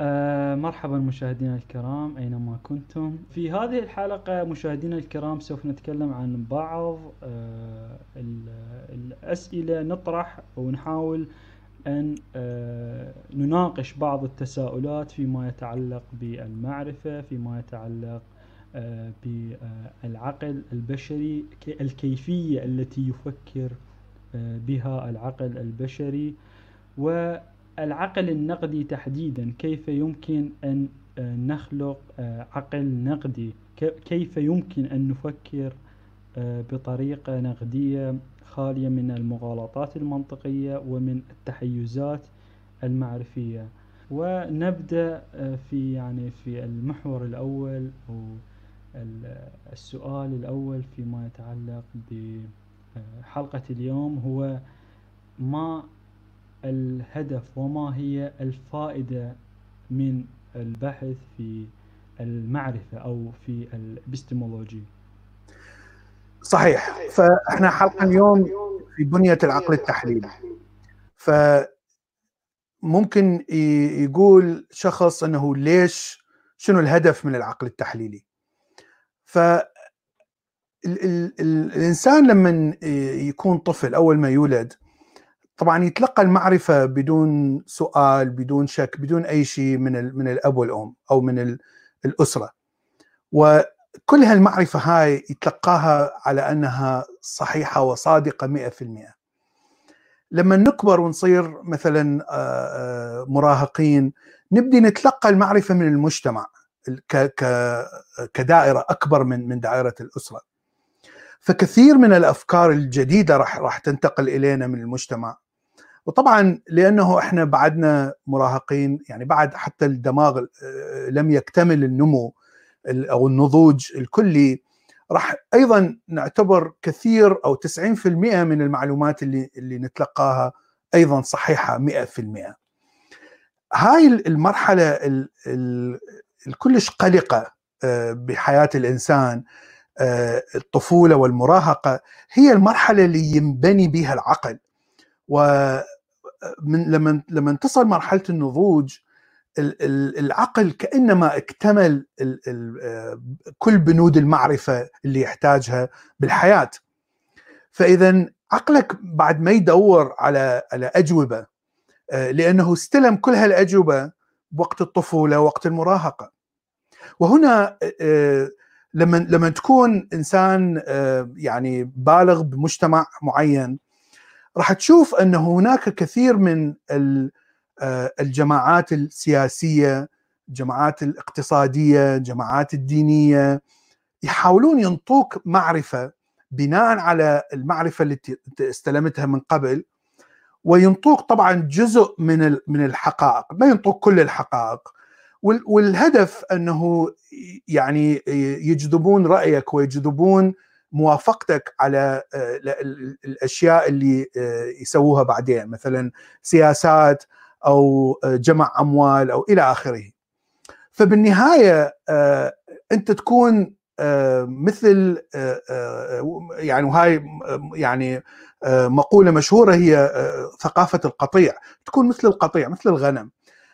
مرحبا مشاهدينا الكرام أينما كنتم. في هذه الحلقة مشاهدينا الكرام سوف نتكلم عن بعض الأسئلة، نطرح ونحاول أن نناقش بعض التساؤلات فيما يتعلق بالمعرفة، فيما يتعلق بالعقل البشري، الكيفية التي يفكر بها العقل البشري، والعقل النقدي تحديدا. كيف يمكن أن نخلق عقل نقدي؟ كيف يمكن أن نفكر بطريقة نقدية خالية من المغالطات المنطقية ومن التحيزات المعرفية؟ ونبدأ في المحور الأول أو السؤال الأول فيما يتعلق بحلقة اليوم، هو ما الهدف وما هي الفائدة من البحث في المعرفة أو في الابستمولوجي؟ صحيح. فاحنا حلقة اليوم في بنية العقل التحليلي. فممكن يقول شخص انه شنو الهدف من العقل التحليلي؟ فالإنسان لما يكون طفل أول ما يولد طبعا يتلقى المعرفة بدون سؤال، بدون شك، بدون أي شيء من الأب والأم أو من الأسرة، وكل هالمعرفة هاي يتلقاها على أنها صحيحة وصادقة 100%. لما نكبر ونصير مثلا مراهقين نبدي نتلقى المعرفة من المجتمع كدائرة أكبر من دائرة الأسرة، فكثير من الأفكار الجديدة راح تنتقل إلينا من المجتمع. وطبعا لأنه إحنا بعدنا مراهقين، يعني بعد حتى الدماغ لم يكتمل النمو أو النضوج الكلي، راح أيضا نعتبر كثير أو 90% من المعلومات اللي نتلقاها أيضا صحيحة 100%. هاي المرحلة الكلش قلقة بحياة الإنسان، الطفولة والمراهقة، هي المرحلة اللي ينبني بها العقل. لما تصل مرحلة النضوج العقل كأنما اكتمل كل بنود المعرفة اللي يحتاجها بالحياة. فإذا عقلك بعد ما يدور على أجوبة، لأنه استلم كل هالأجوبة بوقت الطفولة ووقت المراهقة. وهنا لما تكون إنسان يعني بالغ بمجتمع معين، راح تشوف أن هناك كثير من الجماعات السياسية، الجماعات الاقتصادية، الجماعات الدينية، يحاولون ينطوك معرفة بناء على المعرفة اللي استلمتها من قبل، وينطوك طبعا جزء من الحقائق، ما ينطوك كل الحقائق. والهدف أنه يعني يجذبون رأيك ويجذبون موافقتك على الأشياء اللي يسووها بعدين، مثلا سياسات أو جمع أموال أو إلى آخره. فبالنهاية أنت تكون مثل يعني، وهاي يعني مقولة مشهورة، هي ثقافة القطيع. تكون مثل القطيع، مثل الغنم.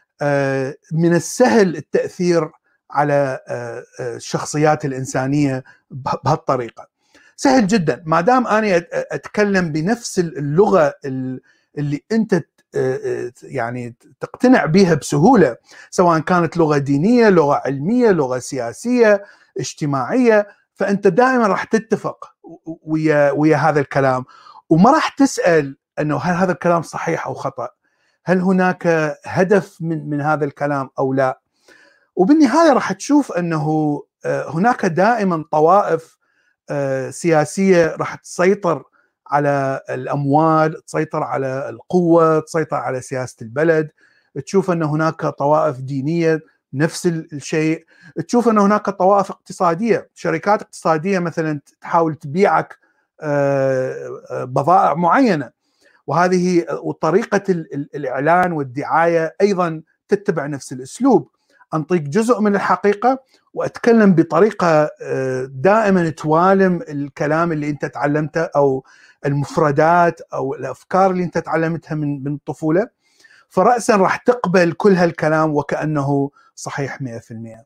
من السهل التأثير على الشخصيات الإنسانية بهالطريقة، سهل جدا ما دام أنا أتكلم بنفس اللغة اللي أنت يعني تقتنع بها بسهولة، سواء كانت لغة دينية، لغة علمية، لغة سياسية، اجتماعية. فأنت دائما راح تتفق ويا هذا الكلام، وما راح تسأل أنه هل هذا الكلام صحيح أو خطأ، هل هناك هدف من هذا الكلام أو لا. وبالنهاية راح تشوف أنه هناك دائما طوائف سياسية راح تسيطر على الأموال، تسيطر على القوة، تسيطر على سياسة البلد. تشوف أن هناك طوائف دينية نفس الشيء. تشوف أن هناك طوائف اقتصادية، شركات اقتصادية مثلا تحاول تبيعك بضائع معينة، وهذه وطريقة الإعلان والدعاية أيضا تتبع نفس الأسلوب. أنطيك جزء من الحقيقة وأتكلم بطريقة دائما توالم الكلام اللي أنت تعلمته أو المفردات أو الأفكار اللي أنت تعلمتها من الطفولة. فرأسا راح تقبل كل هالكلام وكأنه صحيح 100%.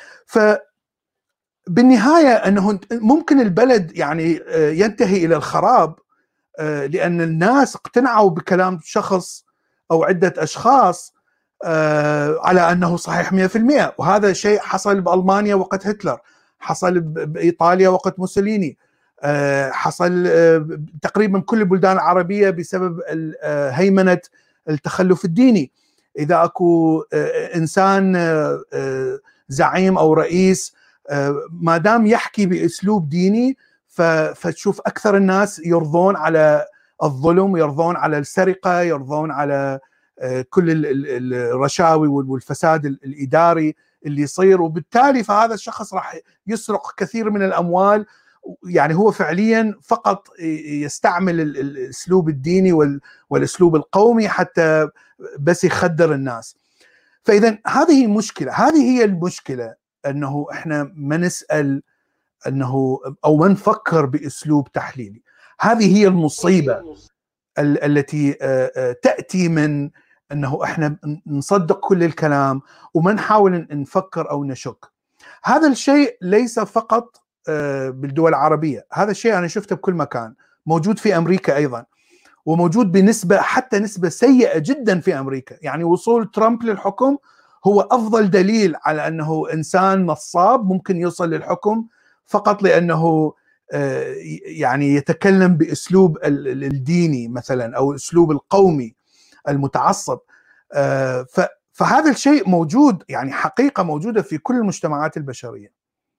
فبالنهاية أنه ممكن البلد يعني ينتهي إلى الخراب لأن الناس اقتنعوا بكلام شخص أو عدة أشخاص على أنه صحيح 100%. وهذا شيء حصل بألمانيا وقت هتلر، حصل بإيطاليا وقت موسوليني، حصل تقريبا كل البلدان العربية بسبب هيمنة التخلف الديني. إذا أكو إنسان زعيم أو رئيس ما دام يحكي بأسلوب ديني فتشوف أكثر الناس يرضون على الظلم، يرضون على السرقة، يرضون على كل الرشاوي والفساد الإداري اللي يصير، وبالتالي فهذا الشخص راح يسرق كثير من الأموال. يعني هو فعليا فقط يستعمل الأسلوب الديني والأسلوب القومي حتى بس يخدر الناس. فإذا هذه مشكلة، هذه هي المشكلة، أنه إحنا ما نسأل أنه أو ما نفكر بأسلوب تحليلي. هذه هي المصيبة التي تأتي من أنه إحنا نصدق كل الكلام وما نحاول نفكر أو نشك. هذا الشيء ليس فقط بالدول العربية، هذا الشيء أنا شفته بكل مكان، موجود في أمريكا أيضا، وموجود بنسبة حتى نسبة سيئة جدا في أمريكا. يعني وصول ترامب للحكم هو أفضل دليل على أنه إنسان نصاب ممكن يوصل للحكم فقط لأنه يعني يتكلم بأسلوب الديني مثلا أو أسلوب القومي المتعصب. فهذا الشيء موجود، يعني حقيقة موجودة في كل المجتمعات البشرية.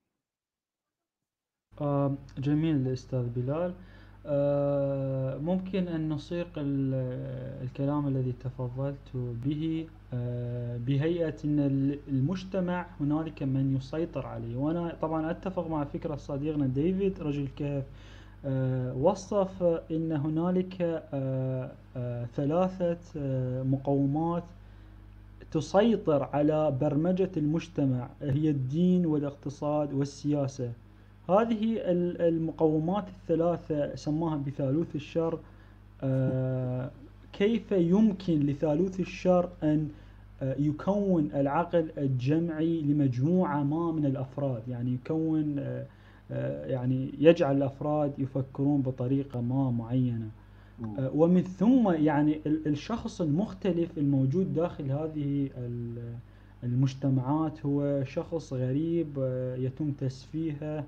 جميل أستاذ بلال. ممكن أن نصيغ الكلام الذي تفضلت به بهيئة أن المجتمع هنالك من يسيطر عليه. وأنا طبعا أتفق مع فكرة صديقنا ديفيد رجل كهف، وصف أن هنالك ثلاثة مقومات تسيطر على برمجة المجتمع، هي الدين والاقتصاد والسياسة. هذه المقومات الثلاثة سماها بثالوث الشر. كيف يمكن لثالوث الشر أن يكون العقل الجمعي لمجموعة ما من الأفراد، يعني يكون يعني يجعل الأفراد يفكرون بطريقة ما معينة، ومن ثم يعني الشخص المختلف الموجود داخل هذه المجتمعات هو شخص غريب يتم تسفيهه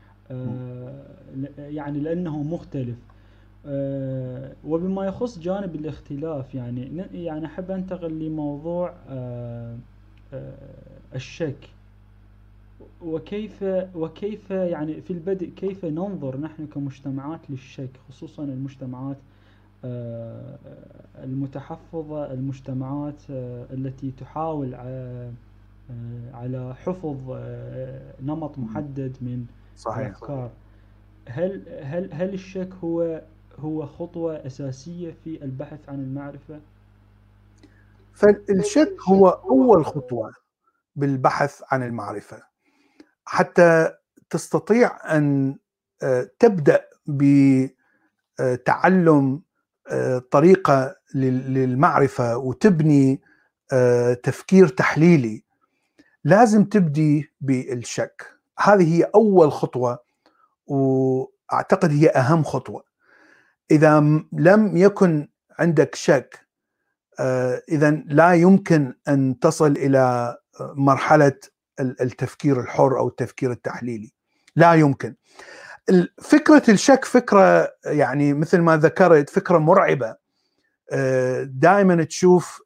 يعني لأنه مختلف. وبما يخص جانب الاختلاف، يعني أحب أنتقل لموضوع الشك، وكيف يعني في البدء كيف ننظر نحن كمجتمعات للشك، خصوصا المجتمعات المتحفظة، المجتمعات التي تحاول على حفظ نمط محدد من الأفكار. هل الشك هو خطوة أساسية في البحث عن المعرفة؟ فالشك هو أول خطوة بالبحث عن المعرفة حتى تستطيع أن تبدأ بتعلم طريقة للمعرفة وتبني تفكير تحليلي. لازم تبدي بالشك، هذه هي أول خطوة، وأعتقد هي أهم خطوة. إذا لم يكن عندك شك إذا لا يمكن أن تصل إلى مرحلة التفكير الحر أو التفكير التحليلي، لا يمكن. فكرة الشك فكرة يعني مثل ما ذكرت فكرة مرعبة. دائما تشوف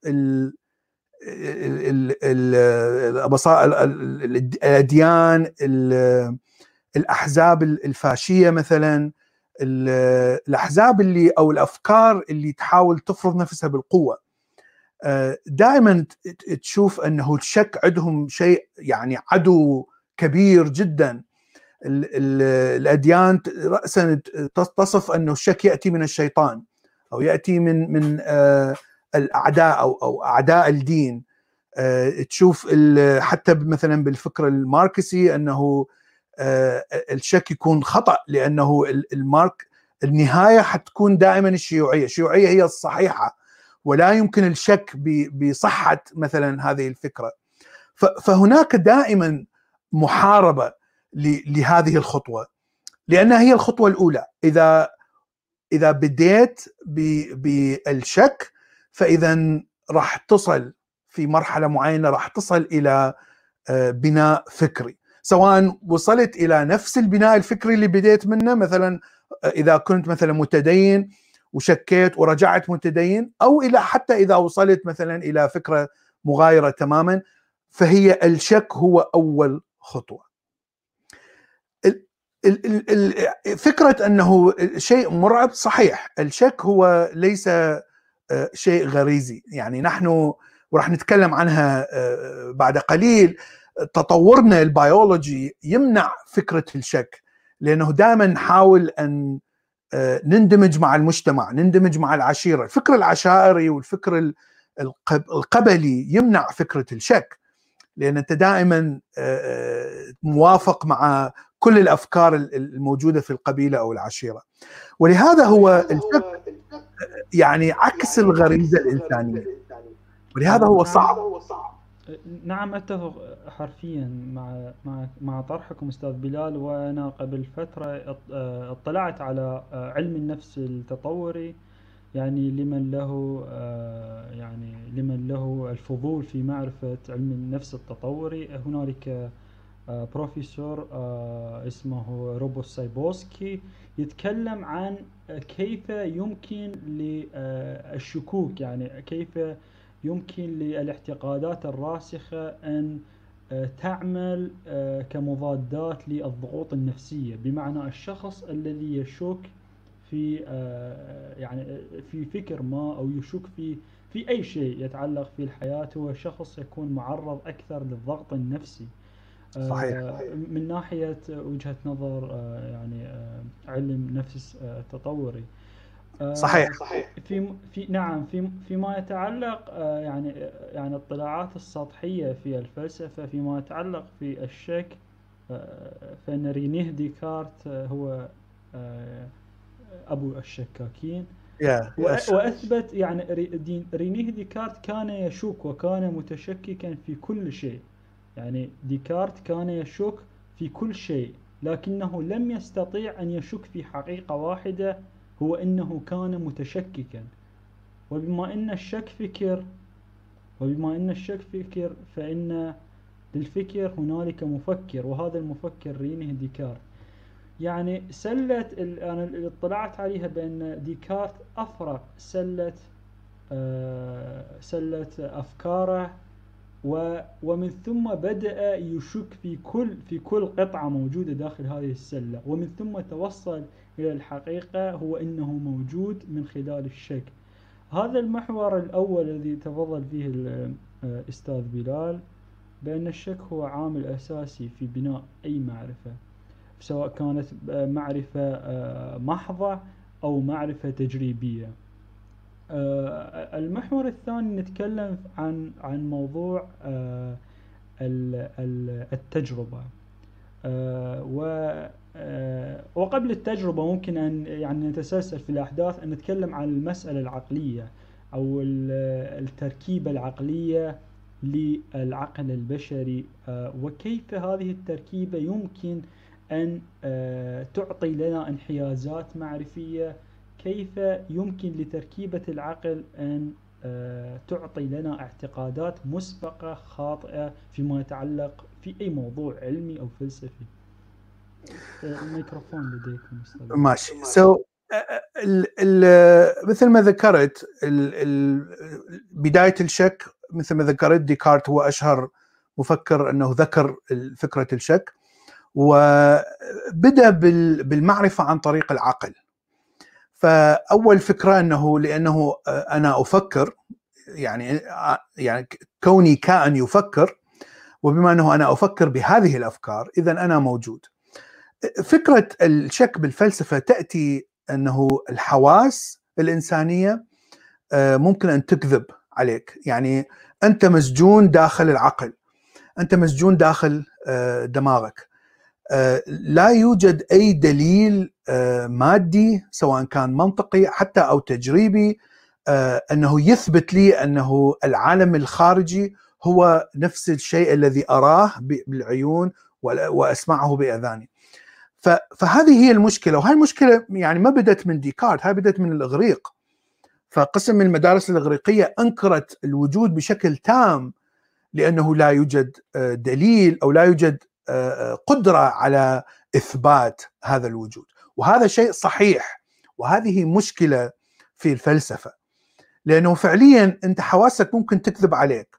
الأديان، الأحزاب الفاشية مثلا، الأحزاب اللي أو الأفكار اللي تحاول تفرض نفسها بالقوة، دائما تشوف أنه الشك عندهم شيء يعني عدو كبير جدا. الأديان رأسا تصف أنه الشك يأتي من الشيطان أو يأتي من الأعداء أو أعداء الدين. تشوف حتى مثلا بالفكر الماركسي أنه الشك يكون خطأ، لأنه النهاية حتكون دائما الشيوعية هي الصحيحة، ولا يمكن الشك بصحة مثلا هذه الفكرة. فهناك دائما محاربة لهذه الخطوة، لأنها هي الخطوة الأولى. إذا بديت بالشك فإذا راح تصل في مرحلة معينة، راح تصل إلى بناء فكري، سواء وصلت إلى نفس البناء الفكري اللي بديت منه، مثلا إذا كنت مثلا متدين وشكيت ورجعت متدين، أو إلى حتى إذا وصلت مثلا إلى فكرة مغايرة تماما، فهي الشك هو أول خطوة. فكرة أنه شيء مرعب، صحيح، الشك هو ليس شيء غريزي، يعني نحن وراح نتكلم عنها بعد قليل، تطورنا البيولوجي يمنع فكرة الشك، لأنه دائما نحاول أن نندمج مع المجتمع، نندمج مع العشيرة. الفكر العشائري والفكر القبلي يمنع فكرة الشك، لأن أنت دائما موافق مع كل الأفكار الموجودة في القبيلة أو العشيرة، ولهذا هو الشك يعني عكس الغريزة الإنسانية، ولهذا هو صعب. نعم، أتفق حرفيا مع طرحكم أستاذ بلال. وأنا قبل فترة اطلعت على علم النفس التطوري، يعني لمن له الفضول في معرفة علم النفس التطوري. هنالك بروفيسور اسمه روبوت سايبوسكي يتكلم عن كيف يمكن للشكوك، يعني كيف يمكن للاعتقادات الراسخة أن تعمل كمضادات للضغوط النفسية. بمعنى الشخص الذي يشك في يعني في فكر ما، أو يشك في أي شيء يتعلق في الحياة، هو شخص يكون معرض أكثر للضغط النفسي. صحيح. من ناحية وجهة نظر يعني علم نفس تطوري. صحيح. نعم، فيما يتعلق يعني الاطلاعات السطحية في الفلسفة فيما يتعلق في الشك، فإن رينيه ديكارت هو أبو الشكاكين. وأثبت يعني رينيه ديكارت كان يشك وكان متشككا في كل شيء. يعني ديكارت كان يشك في كل شيء، لكنه لم يستطيع أن يشك في حقيقة واحدة، هو أنه كان متشككا. وبما أن الشك فكر فإن للفكر هنالك مفكر، وهذا المفكر رينيه ديكارت. يعني أنا اطلعت عليها بأن ديكارت أفرق سلة أفكاره، ومن ثم بدأ يشك في كل قطعة موجودة داخل هذه السلة، ومن ثم توصل إلى الحقيقة، هو أنه موجود من خلال الشك. هذا المحور الأول الذي تفضل فيه الأستاذ بلال، بأن الشك هو عامل أساسي في بناء أي معرفة، سواء كانت معرفة محضة أو معرفة تجريبية. المحور الثاني نتكلم عن موضوع التجربة. وقبل التجربة ممكن أن يعني نتسلسل في الأحداث أن نتكلم عن المسألة العقلية أو التركيبة العقلية للعقل البشري، وكيف هذه التركيبة يمكن أن تعطي لنا انحيازات معرفية، كيف يمكن لتركيبة العقل أن تعطي لنا اعتقادات مسبقة خاطئة فيما يتعلق في أي موضوع علمي أو فلسفي. الميكروفون لديكم أستاذ. ماشي. مثل ما ذكرت بداية الشك، مثل ما ذكرت ديكارت هو أشهر مفكر أنه ذكر فكرة الشك، وبدأ بالمعرفة عن طريق العقل. فأول فكرة أنه لأنه أنا أفكر، يعني كوني كائن يفكر، وبما أنه أنا أفكر بهذه الأفكار إذن أنا موجود. فكرة الشك بالفلسفة تأتي أنه الحواس الإنسانية ممكن أن تكذب عليك، يعني أنت مسجون داخل العقل، أنت مسجون داخل دماغك، لا يوجد أي دليل مادي سواء كان منطقي حتى أو تجريبي أنه يثبت لي أنه العالم الخارجي هو نفس الشيء الذي أراه بالعيون وأسمعه بأذاني. فهذه هي المشكلة، وهي المشكلة يعني ما بدت من ديكارت، هاي بدت من الإغريق. فقسم من المدارس الإغريقية أنكرت الوجود بشكل تام، لأنه لا يوجد دليل أو لا يوجد قدرة على إثبات هذا الوجود، وهذا شيء صحيح، وهذه مشكلة في الفلسفة، لأنه فعليا أنت حواسك ممكن تكذب عليك.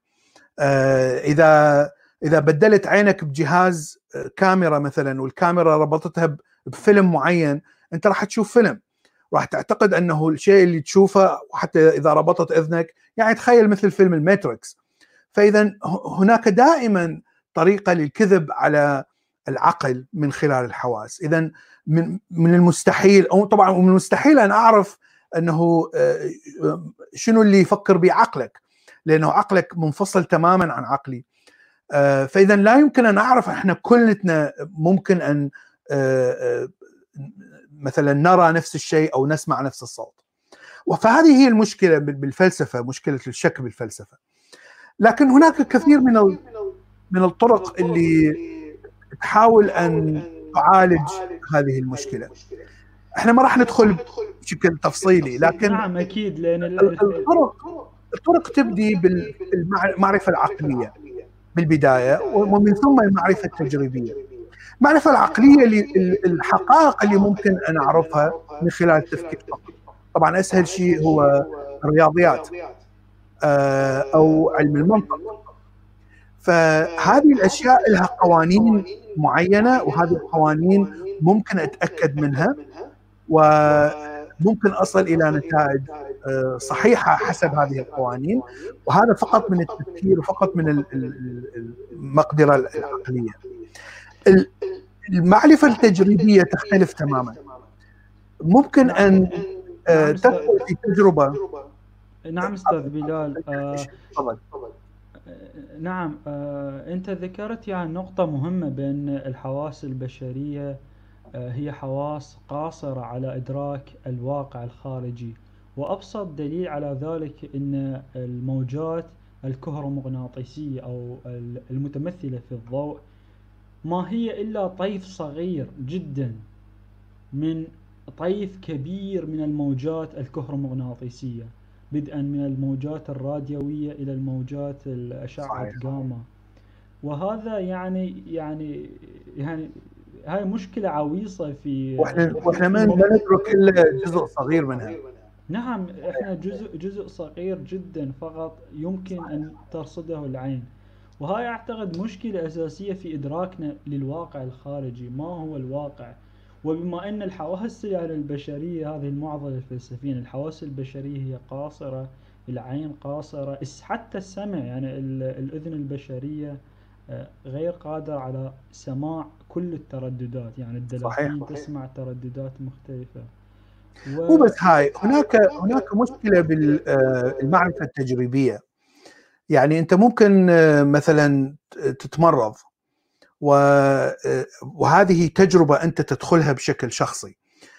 إذا بدلت عينك بجهاز كاميرا مثلا، والكاميرا ربطتها بفيلم معين، أنت راح تشوف فيلم، راح تعتقد أنه الشيء اللي تشوفه، وحتى إذا ربطت إذنك يعني تخيل مثل فيلم الماتريكس. فإذا هناك دائما طريقة للكذب على العقل من خلال الحواس. إذا من المستحيل، أو طبعا من المستحيل أن أعرف أنه شنو اللي يفكر به عقلك، لأنه عقلك منفصل تماما عن عقلي. فإذا لا يمكن أن أعرف إحنا كلنا ممكن أن مثلا نرى نفس الشيء أو نسمع نفس الصوت. فهذه هي المشكلة بالفلسفة، مشكلة الشك بالفلسفة. لكن هناك كثير من الطرق اللي تحاول أن تعالج هذه المشكلة. احنا ما راح ندخل بشكل تفصيلي، لكن نعم أكيد، لأن الطرق تبدي بالمعرفة العقلية بالبداية، ومن ثم المعرفة التجريبية. المعرفة العقلية الحقائق اللي ممكن أن أعرفها من خلال التفكير فقط. طبعا أسهل شيء هو الرياضيات أو علم المنطق. فهذه الأشياء لها قوانين معينة، وهذه القوانين ممكن أتأكد منها، وممكن أصل إلى نتائج صحيحة حسب هذه القوانين، وهذا فقط من التفكير وفقط من المقدرة العقلية. المعرفة التجريبية تختلف تماما. ممكن أن تدخل في تجربة. نعم أستاذ بلال. نعم، أنت ذكرت يعني نقطة مهمة، بأن الحواس البشرية هي حواس قاصرة على إدراك الواقع الخارجي، وأبسط دليل على ذلك أن الموجات الكهرومغناطيسية أو المتمثلة في الضوء ما هي إلا طيف صغير جدا من طيف كبير من الموجات الكهرومغناطيسية، بدءا من الموجات الراديوية إلى الموجات الأشعة جاما. وهذا يعني هاي مشكلة عويصة في واحنا ما ندرك إلا جزء صغير منها. نعم، احنا جزء صغير جدا فقط يمكن أن ترصده العين، وهاي أعتقد مشكلة أساسية في إدراكنا للواقع الخارجي، ما هو الواقع. وبما أن الحواس يعني البشرية، هذه المعضلة الفلسفية، الحواس البشرية هي قاصرة، العين قاصرة، حتى السمع، يعني الأذن البشرية غير قادرة على سماع كل الترددات، يعني الدلافين تسمع ترددات مختلفة. مو بس هاي، هناك مشكلة بالمعرفة التجريبية. يعني أنت ممكن مثلا تتمرض، وهذه تجربة أنت تدخلها بشكل شخصي،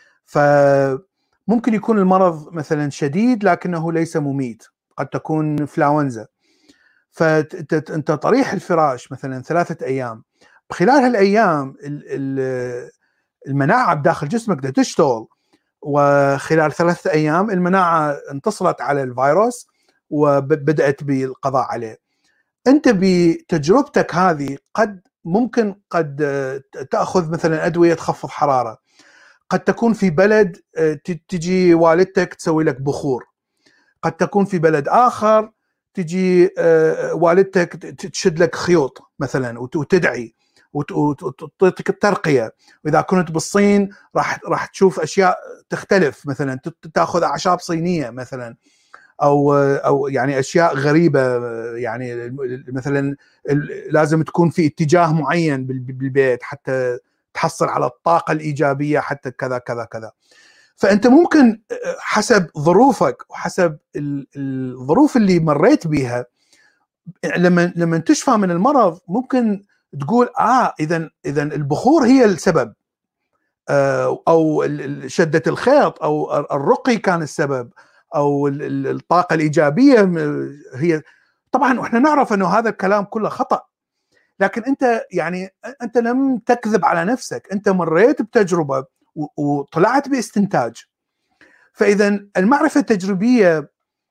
فممكن يكون المرض مثلا شديد لكنه ليس مميت، قد تكون إنفلونزا، فأنت طريح الفراش مثلا 3 أيام، خلال هالأيام المناعة بداخل جسمك بدها تشتغل، وخلال 3 أيام المناعة انتصرت على الفيروس وبدأت بالقضاء عليه. أنت بتجربتك هذه ممكن تأخذ مثلا أدوية تخفض حرارة، قد تكون في بلد تجي والدتك تسوي لك بخور، قد تكون في بلد آخر تجي والدتك تشد لك خيوط مثلا وتدعي وتعطيك الترقية. وإذا كنت بالصين راح تشوف أشياء تختلف، مثلا تأخذ أعشاب صينية مثلا، أو يعني أشياء غريبة، يعني مثلا لازم تكون في اتجاه معين بالبيت حتى تحصل على الطاقة الإيجابية، حتى كذا كذا كذا. فأنت ممكن حسب ظروفك وحسب الظروف اللي مريت بيها، لما تشفى من المرض ممكن تقول إذا البخور هي السبب، أو شدة الخيط أو الرقي كان السبب، او الطاقه الايجابيه هي. طبعا احنا نعرف انه هذا الكلام كله خطا، لكن انت لم تكذب على نفسك، انت مريت بتجربه وطلعت باستنتاج. فاذا المعرفه التجريبيه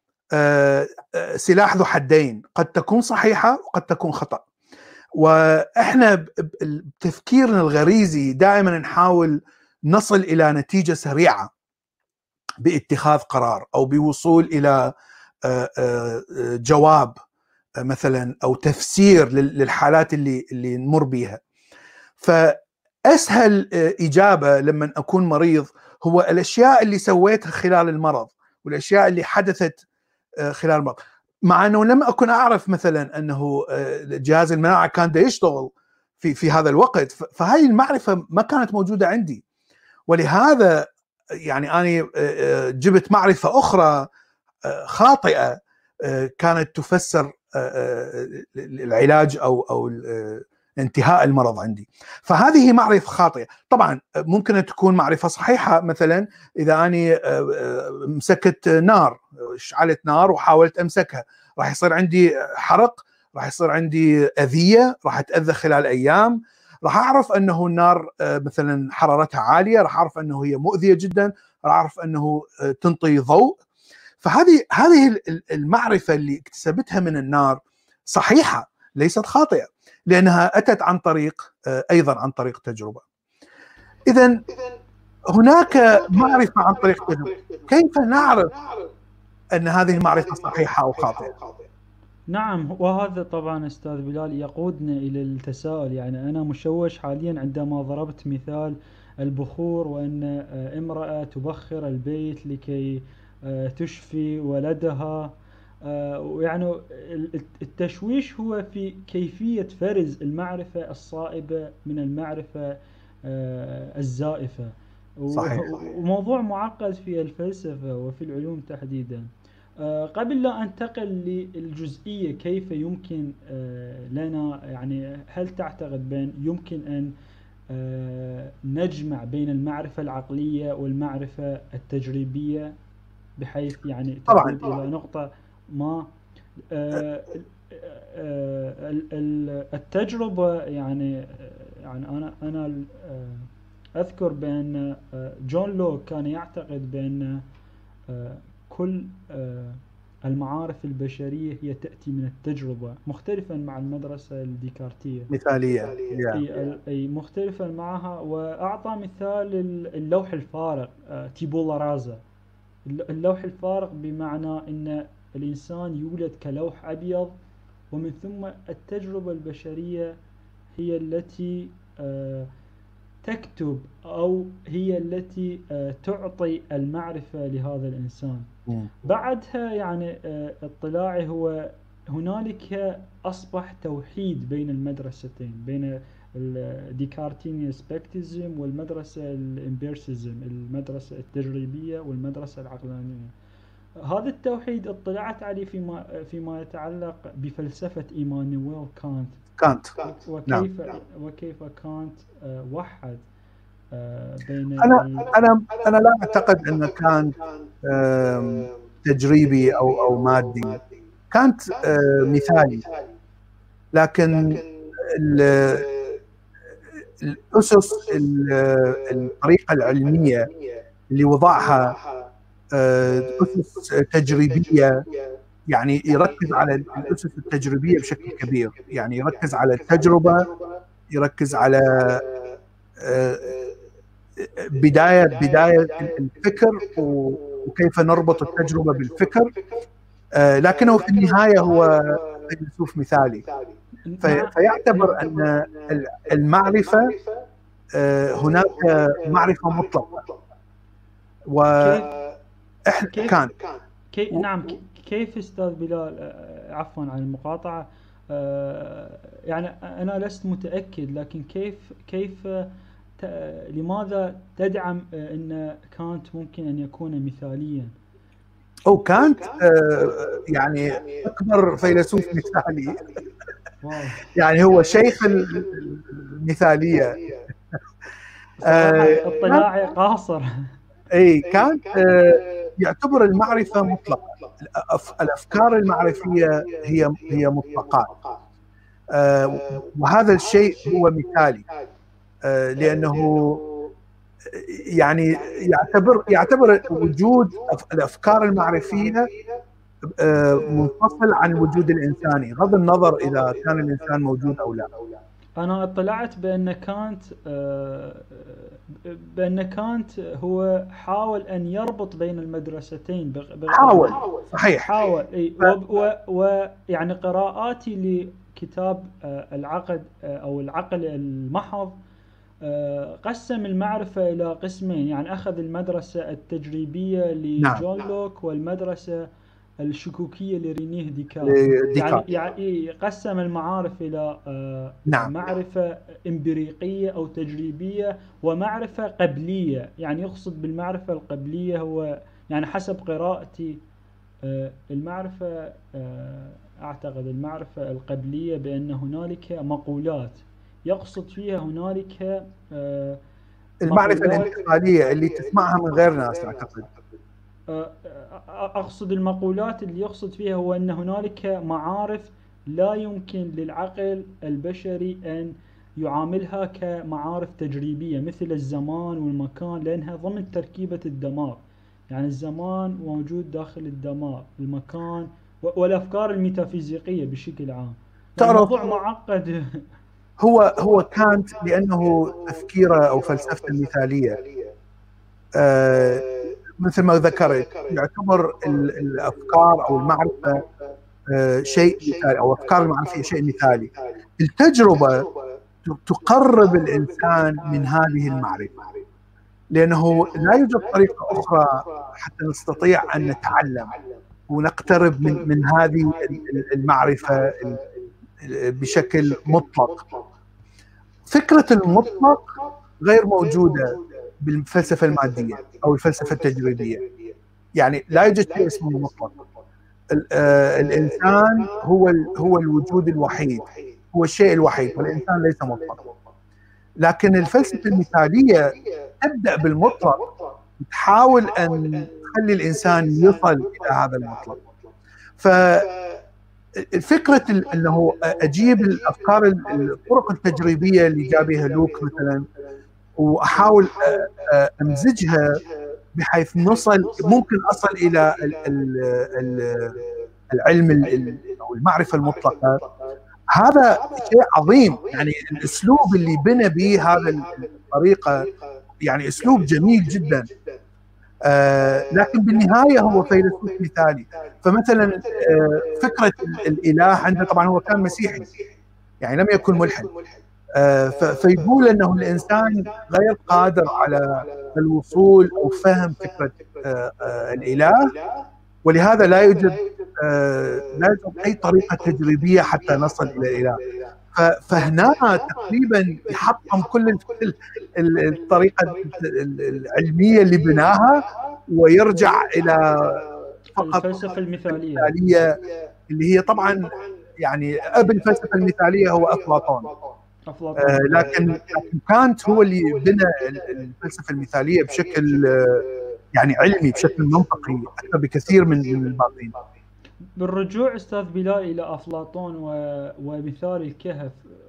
سلاح ذو حدين، قد تكون صحيحه وقد تكون خطا. واحنا بتفكيرنا الغريزي دائما نحاول نصل الى نتيجه سريعه باتخاذ قرار او بوصول الى جواب مثلا او تفسير للحالات اللي نمر بيها. فاسهل اجابه لما اكون مريض هو الاشياء اللي سويتها خلال المرض والاشياء اللي حدثت خلال المرض، مع انه لم اكن اعرف مثلا انه جهاز المناعه كان دا يشتغل في هذا الوقت. فهاي المعرفه ما كانت موجوده عندي، ولهذا يعني انا جبت معرفه اخرى خاطئه كانت تفسر العلاج او انتهاء المرض عندي. فهذه معرفه خاطئه. طبعا ممكن أن تكون معرفه صحيحه، مثلا اذا اني مسكت نار، شعلت نار وحاولت امسكها، راح يصير عندي حرق، راح يصير عندي اذيه، راح اتاذى خلال ايام، راح اعرف انه النار مثلا حرارتها عاليه، راح اعرف انه هي مؤذيه جدا، راح اعرف انه تنطي ضوء. فهذه المعرفه اللي اكتسبتها من النار صحيحه ليست خاطئه، لانها اتت عن طريق ايضا عن طريق تجربه. اذا هناك معرفه عن طريق تجربه. كيف نعرف ان هذه المعرفه صحيحه او خاطئه؟ نعم، وهذا طبعا أستاذ بلال يقودنا إلى التساؤل. يعني أنا مشوش حاليا عندما ضربت مثال البخور، وأن امرأة تبخر البيت لكي تشفي ولدها. يعني التشويش هو في كيفية فرز المعرفة الصائبة من المعرفة الزائفة. صحيح. وموضوع معقد في الفلسفة وفي العلوم تحديدا. قبل لا أنتقل للجزئية، كيف يمكن لنا، يعني هل تعتقد بأن يمكن أن نجمع بين المعرفة العقلية والمعرفة التجريبية، بحيث يعني تقود إلى نقطة ما التجربة؟ يعني أنا أذكر بأن جون لوك كان يعتقد بأن كل المعارف البشرية هي تأتي من التجربة، مختلفا مع المدرسة الديكارتية مثالية. أي مختلفا معها. وأعطى مثال اللوح الفارغ، تيبولا رازا. اللوح الفارغ بمعنى أن الإنسان يولد كلوح أبيض، ومن ثم التجربة البشرية هي التي تكتب أو هي التي تعطي المعرفة لهذا الإنسان. بعدها يعني اطلاعي هو هنالك أصبح توحيد بين المدرستين، بين الديكارتينيا سبكتيزم والمدرسة الامبيرسيزم، المدرسة التجريبية والمدرسة العقلانية. هذا التوحيد اطلعت عليه فيما يتعلق بفلسفة إيمانويل كانت. وكيف كانت وحد بين أنا لا أعتقد أن كانت تجريبي أو مادي. كانت مثالي، لكن الأسس الطريقة العلمية اللي وضعها أسس تجريبية، يعني يركز على الأسس التجريبية بشكل كبير، يعني يركز على التجربة، يركز على بداية الفكر وكيف نربط التجربة بالفكر، لكنه في النهاية هو فيلسوف مثالي. فيعتبر أن المعرفة هناك معرفة مطلقة. كان نعم. كيف أستاذ بلال، عفوا عن المقاطعة، يعني أنا لست متأكد، لكن كيف لماذا تدعم أن كانت ممكن أن يكون مثاليا؟ أو كانت يعني أكبر فيلسوف مثالي. يعني هو شيخ المثالية. اطلاعي قاصر. اي كانت يعتبر المعرفة مطلقة. الأفكار المعرفية هي مطلقات، وهذا الشيء هو مثالي، لأنه يعني يعتبر وجود الأفكار المعرفية منفصل عن الوجود الإنساني، بغض النظر إذا كان الإنسان موجود أو لا. أنا اطلعت بأن كانت هو حاول أن يربط بين المدرستين. حاول، صحيح، حاول. ويعني قراءاتي لكتاب العقد أو العقل المحض قسم المعرفة إلى قسمين. يعني أخذ المدرسة التجريبية لجون لوك والمدرسة الشكوكية لرينيه ديكارت. يعني قسم المعارف إلى معرفة إمبريقية أو تجريبية ومعرفة قبلية. يعني يقصد بالمعرفة القبلية هو يعني حسب قراءتي المعرفة، أعتقد المعرفة القبلية بأن هنالك مقولات يقصد فيها هنالك المعرفة الانتقالية اللي تسمعها من غير ناس. أعتقد أقصد المقولات اللي يقصد فيها هو أن هنالك معارف لا يمكن للعقل البشري أن يعاملها كمعارف تجريبية، مثل الزمان والمكان، لأنها ضمن تركيبة الدماغ. يعني الزمان موجود داخل الدماغ، المكان والأفكار الميتافيزيقية بشكل عام. الموضوع معقد. هو كانت لأنه تفكيره أو فلسفته المثالية، مثل ما ذكرت، يعتبر الأفكار أو المعرفة شيء مثالي، أو أفكار المعرفية شيء مثالي. التجربة تقرب الإنسان من هذه المعرفة، لأنه لا يوجد طريقة أخرى حتى نستطيع أن نتعلم ونقترب من هذه المعرفة بشكل مطلق. فكرة المطلق غير موجودة بالفلسفة المادية أو الفلسفة التجريبية. يعني لا يوجد شيء اسمه مطلق. الإنسان هو الوجود الوحيد، هو الشيء الوحيد، والإنسان ليس مطلق. لكن الفلسفة المثالية تبدأ بالمطلق، تحاول أن تخلي الإنسان يصل إلى هذا المطلق. فالفكرة أنه أجيب الأفكار الطرق التجريبية اللي جابها لوك مثلا وأحاول أمزجها بحيث ممكن أصل إلى العلم أو المعرفة المطلقة. هذا شيء عظيم. يعني الأسلوب اللي بنى به هذا الطريقة يعني أسلوب جميل جدا، لكن بالنهاية هو فيلسوف مثالي. فمثلا فكرة الإله عنده، طبعا هو كان مسيحي يعني لم يكن ملحد، فيقول أنه الإنسان غير قادر على الوصول أو فهم فكرة الإله، ولهذا لا يوجد أي طريقة تجريبية حتى نصل إلى الإله. فهنا تقريبا يحطم كل الطريقة العلمية اللي بناها ويرجع إلى فقط الفلسفة المثالية اللي هي طبعا يعني أب الفلسفة المثالية هو أفلاطون. لكن كانت هو اللي بنى الفلسفة المثالية بشكل يعني علمي، بشكل منطقي أكثر بكثير من الباقين. بالرجوع أستاذ بلاء إلى أفلاطون ومثال الكهف،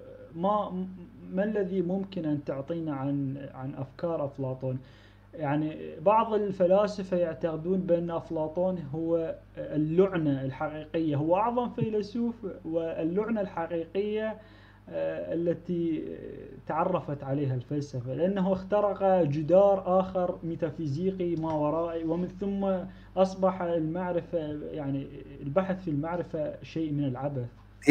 ما الذي ممكن أن تعطينا عن أفكار أفلاطون؟ يعني بعض الفلاسفة يعتقدون بأن أفلاطون هو اللعنة الحقيقية، هو أعظم فيلسوف واللعنة الحقيقية التي تعرفت عليها الفلسفة، لأنه اخترق جدار آخر ميتافيزيقي ما ورائي، ومن ثم أصبح المعرفة يعني البحث في المعرفة شيء من العبث.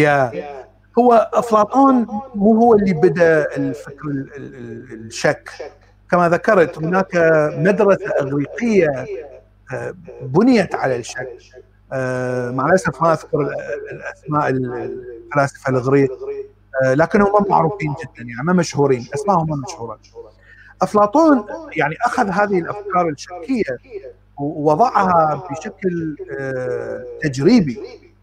هو أفلاطون مو هو اللي بدأ الفكر الشك. كما ذكرت هناك مدرسة إغريقية بنيت على الشك. مع الأسف ما أذكر الأسماء الفلاسفة الإغريق، لكنهم معروفين جدا، يعني ما مشهورين، أسمائهم مشهورة. أفلاطون يعني أخذ هذه الأفكار الشكية ووضعها بشكل تجريبي.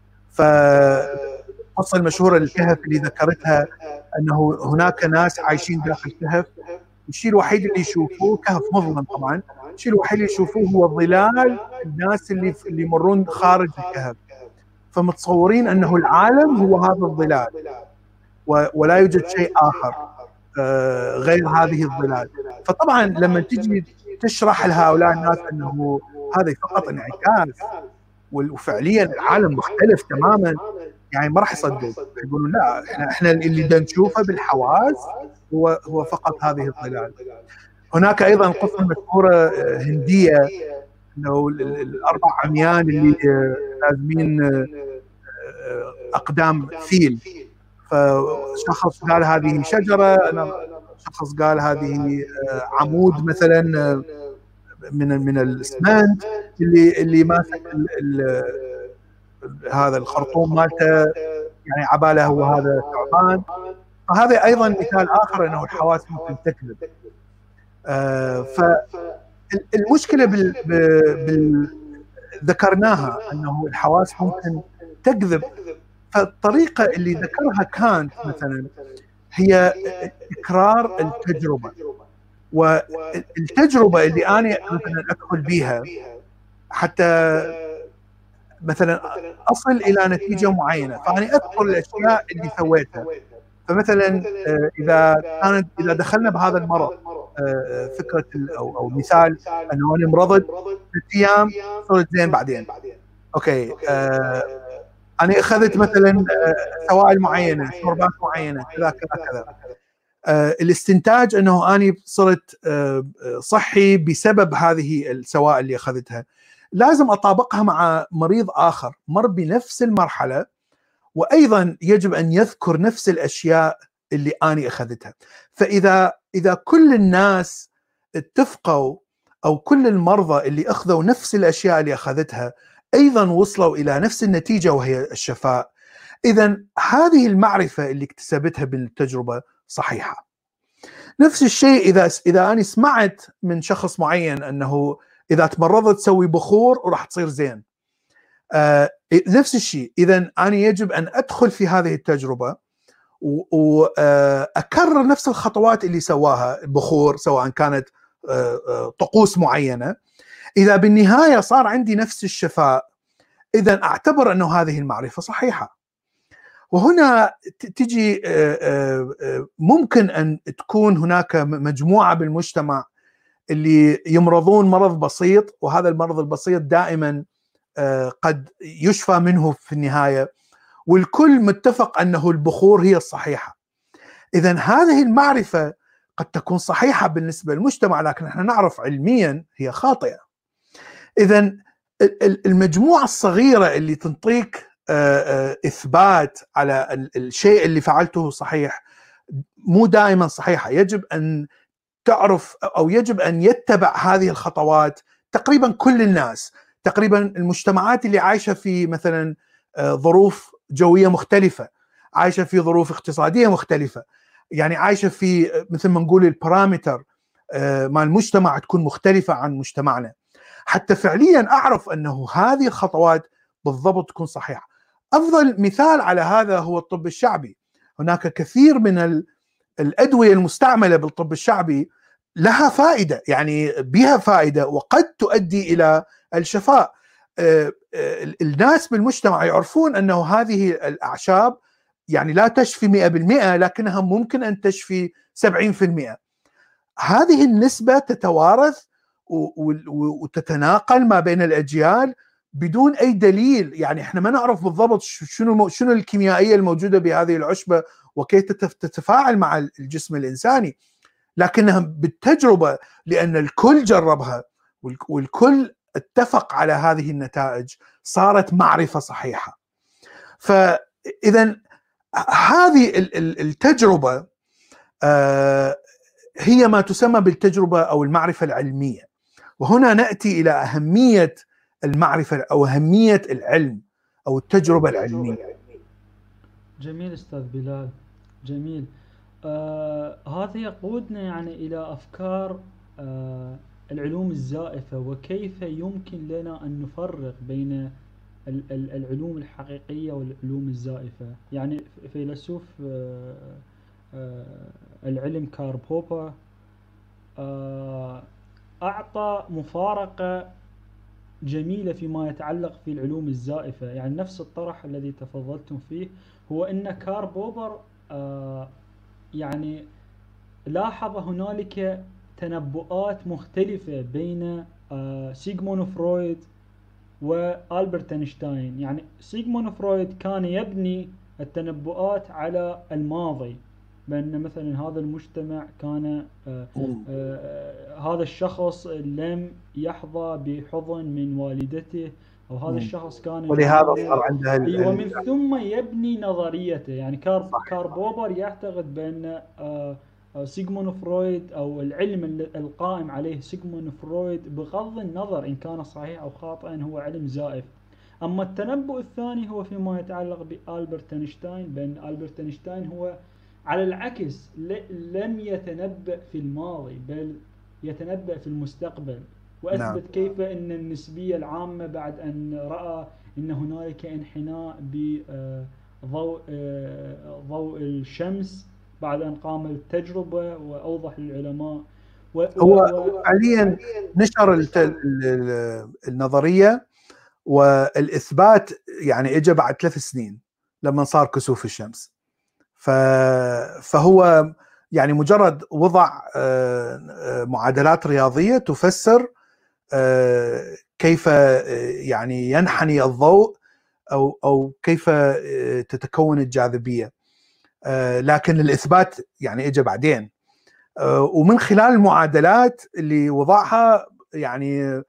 فالقصة المشهورة للكهف اللي ذكرتها أنه هناك ناس عايشين داخل كهف، الشيء الوحيد اللي يشوفوه كهف مظلم طبعا، الشيء الوحيد اللي يشوفوه هو الظلال الناس اللي يمرون خارج الكهف، فمتصورين انه العالم هو هذا الظلال ولا يوجد شيء اخر غير هذه الظلال. فطبعا لما تجي تشرح لهؤلاء الناس انه هذا فقط انعكاس وفعليا العالم مختلف تماما، يعني ما راح يصدقون، يقولون لا احنا اللي نشوفه بالحواس هو فقط هذه الظلال. هناك ايضا قصه مشهوره هنديه انه الاربع عميان اللي لازمين اقدام فيل، فشخص قال هذه شجره، شخص قال هذه عمود مثلا من الاسمنت، اللي ماسك هذا الخرطوم مالته يعني عباله هو هذا ثعبان. فهذا ايضا مثال اخر انه الحواس ممكن تكذب. فالمشكله ذكرناها انه الحواس ممكن تكذب، فالطريقه اللي ذكرها كانت مثلا هي تكرار التجربه، والتجربه اللي انا مثلا ادخل بها حتى مثلا اصل الى نتيجه معينه، فانا اذكر الاشياء اللي سويتها. فمثلا اذا دخلنا بهذا المرض، فكره او مثال انه انا مرضت 6 ايام صرت زين بعدين، اوكي، انا اخذت مثلا سوائل معينه، شربات معينه، كذا كذا كذا، الاستنتاج انه انا صرت صحي بسبب هذه السوائل اللي اخذتها، لازم اطابقها مع مريض اخر مر بنفس المرحله وايضا يجب ان يذكر نفس الاشياء اللي انا اخذتها. فاذا كل الناس اتفقوا او كل المرضى اللي اخذوا نفس الاشياء اللي اخذتها ايضا وصلوا الى نفس النتيجه وهي الشفاء، اذا هذه المعرفه اللي اكتسبتها بالتجربه صحيحه. نفس الشيء اذا انا سمعت من شخص معين انه اذا تمرضت تسوي بخور وراح تصير زين، نفس الشيء اذا انا يجب ان ادخل في هذه التجربه واكرر نفس الخطوات اللي سواها البخور، سواء كانت طقوس معينه. اذا بالنهايه صار عندي نفس الشفاء، اذا اعتبر انه هذه المعرفه صحيحه. وهنا تجي ممكن ان تكون هناك مجموعه بالمجتمع اللي يمرضون مرض بسيط، وهذا المرض البسيط دائما قد يشفى منه في النهايه، والكل متفق انه البخور هي الصحيحه. اذا هذه المعرفه قد تكون صحيحه بالنسبه للمجتمع، لكن احنا نعرف علميا هي خاطئه. اذا المجموعه الصغيره اللي تنطيك اثبات على الشيء اللي فعلته صحيح مو دائما صحيحه. يجب ان تعرف او يجب ان يتبع هذه الخطوات تقريبا كل الناس، تقريبا المجتمعات اللي عايشه في مثلا ظروف جويه مختلفه، عايشه في ظروف اقتصاديه مختلفه، يعني عايشه في مثل ما نقول البارامتر مع المجتمع تكون مختلفه عن مجتمعنا، حتى فعليا اعرف انه هذه الخطوات بالضبط تكون صحيحه. افضل مثال على هذا هو الطب الشعبي. هناك كثير من الادويه المستعمله بالطب الشعبي لها فائده، يعني بها فائده وقد تؤدي الى الشفاء. الناس بالمجتمع يعرفون انه هذه الاعشاب يعني لا تشفي 100%، لكنها ممكن ان تشفي 70%. هذه النسبه تتوارث وتتناقل ما بين الاجيال بدون اي دليل. يعني احنا ما نعرف بالضبط شنو الكيميائيه الموجوده بهذه العشبه وكيف تتفاعل مع الجسم الانساني، لكنها بالتجربه لان الكل جربها والكل اتفق على هذه النتائج صارت معرفه صحيحه. فاذا هذه التجربه هي ما تسمى بالتجربه او المعرفه العلميه. وهنا ناتي الى اهميه المعرفه او اهميه العلم او التجربه العلميه. جميل استاذ بلال، جميل. هذا يقودنا يعني الى افكار العلوم الزائفه، وكيف يمكن لنا ان نفرق بين العلوم الحقيقيه والعلوم الزائفه. يعني فيلسوف العلم كارل بوبر أعطى مفارقة جميلة فيما يتعلق في العلوم الزائفة. يعني نفس الطرح الذي تفضلتم فيه، هو أن كارل بوبر يعني لاحظ هنالك تنبؤات مختلفة بين سيغموند فرويد وألبرت أينشتاين. يعني سيغموند فرويد كان يبني التنبؤات على الماضي، بأن مثلا هذا المجتمع كان هذا الشخص لم يحظى بحضن من والدته، أو هذا الشخص كان ولهذا صار عندها ومن ثم يبني نظريته. يعني كارل بوبر يعتقد بأن سيغموند فرويد أو العلم القائم عليه سيغموند فرويد بغض النظر إن كان صحيح أو خاطئا هو علم زائف. أما التنبؤ الثاني هو فيما يتعلق بألبرت أينشتاين، بأن ألبرت أينشتاين هو على العكس لم يتنبأ في الماضي بل يتنبأ في المستقبل، وأثبت كيف أن النسبية العامة بعد أن رأى أن هنالك انحناء بضوء الشمس بعد أن قام التجربة، وأوضح للعلماء هو فعليا نشر النظرية والإثبات، يعني إجا بعد 3 سنين لما صار كسوف الشمس. فهو يعني مجرد وضع معادلات رياضية تفسر كيف يعني ينحني الضوء أو كيف تتكون الجاذبية، لكن الإثبات يعني إجا بعدين. ومن خلال المعادلات اللي وضعها يعني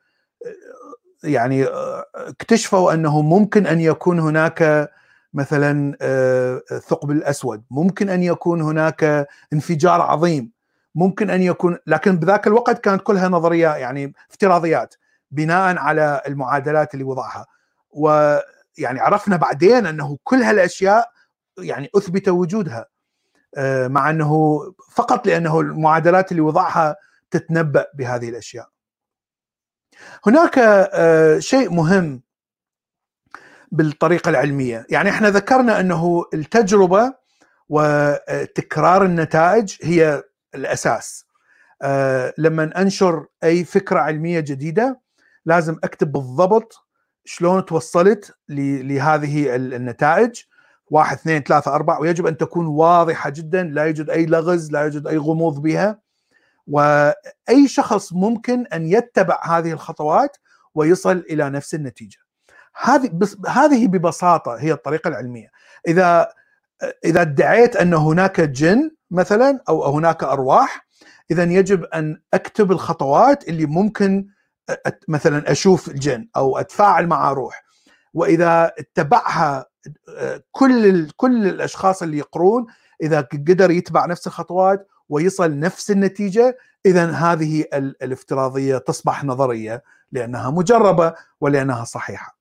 اكتشفوا أنه ممكن أن يكون هناك مثلا الثقب الأسود، ممكن أن يكون هناك انفجار عظيم، ممكن أن يكون، لكن بذاك الوقت كانت كلها نظرية يعني افتراضيات بناء على المعادلات اللي وضعها. ويعني عرفنا بعدين أنه كل هالأشياء يعني أثبت وجودها، مع أنه فقط لأنه المعادلات اللي وضعها تتنبأ بهذه الأشياء. هناك شيء مهم بالطريقة العلمية، يعني احنا ذكرنا أنه التجربة وتكرار النتائج هي الأساس. لما أنشر أي فكرة علمية جديدة لازم أكتب بالضبط شلون توصلت لهذه النتائج، 1 2 3 4، ويجب أن تكون واضحة جدا، لا يوجد أي لغز، لا يوجد أي غموض بها، وأي شخص ممكن أن يتبع هذه الخطوات ويصل إلى نفس النتيجة. هذه ببساطة هي الطريقة العلمية. إذا ادعيت أن هناك جن مثلا أو هناك أرواح، إذا يجب أن أكتب الخطوات اللي ممكن مثلا أشوف الجن أو أتفاعل مع روح، وإذا اتبعها كل الأشخاص اللي يقرون، إذا قدر يتبع نفس الخطوات ويصل نفس النتيجة، إذا هذه الافتراضية تصبح نظرية لأنها مجربة ولأنها صحيحة.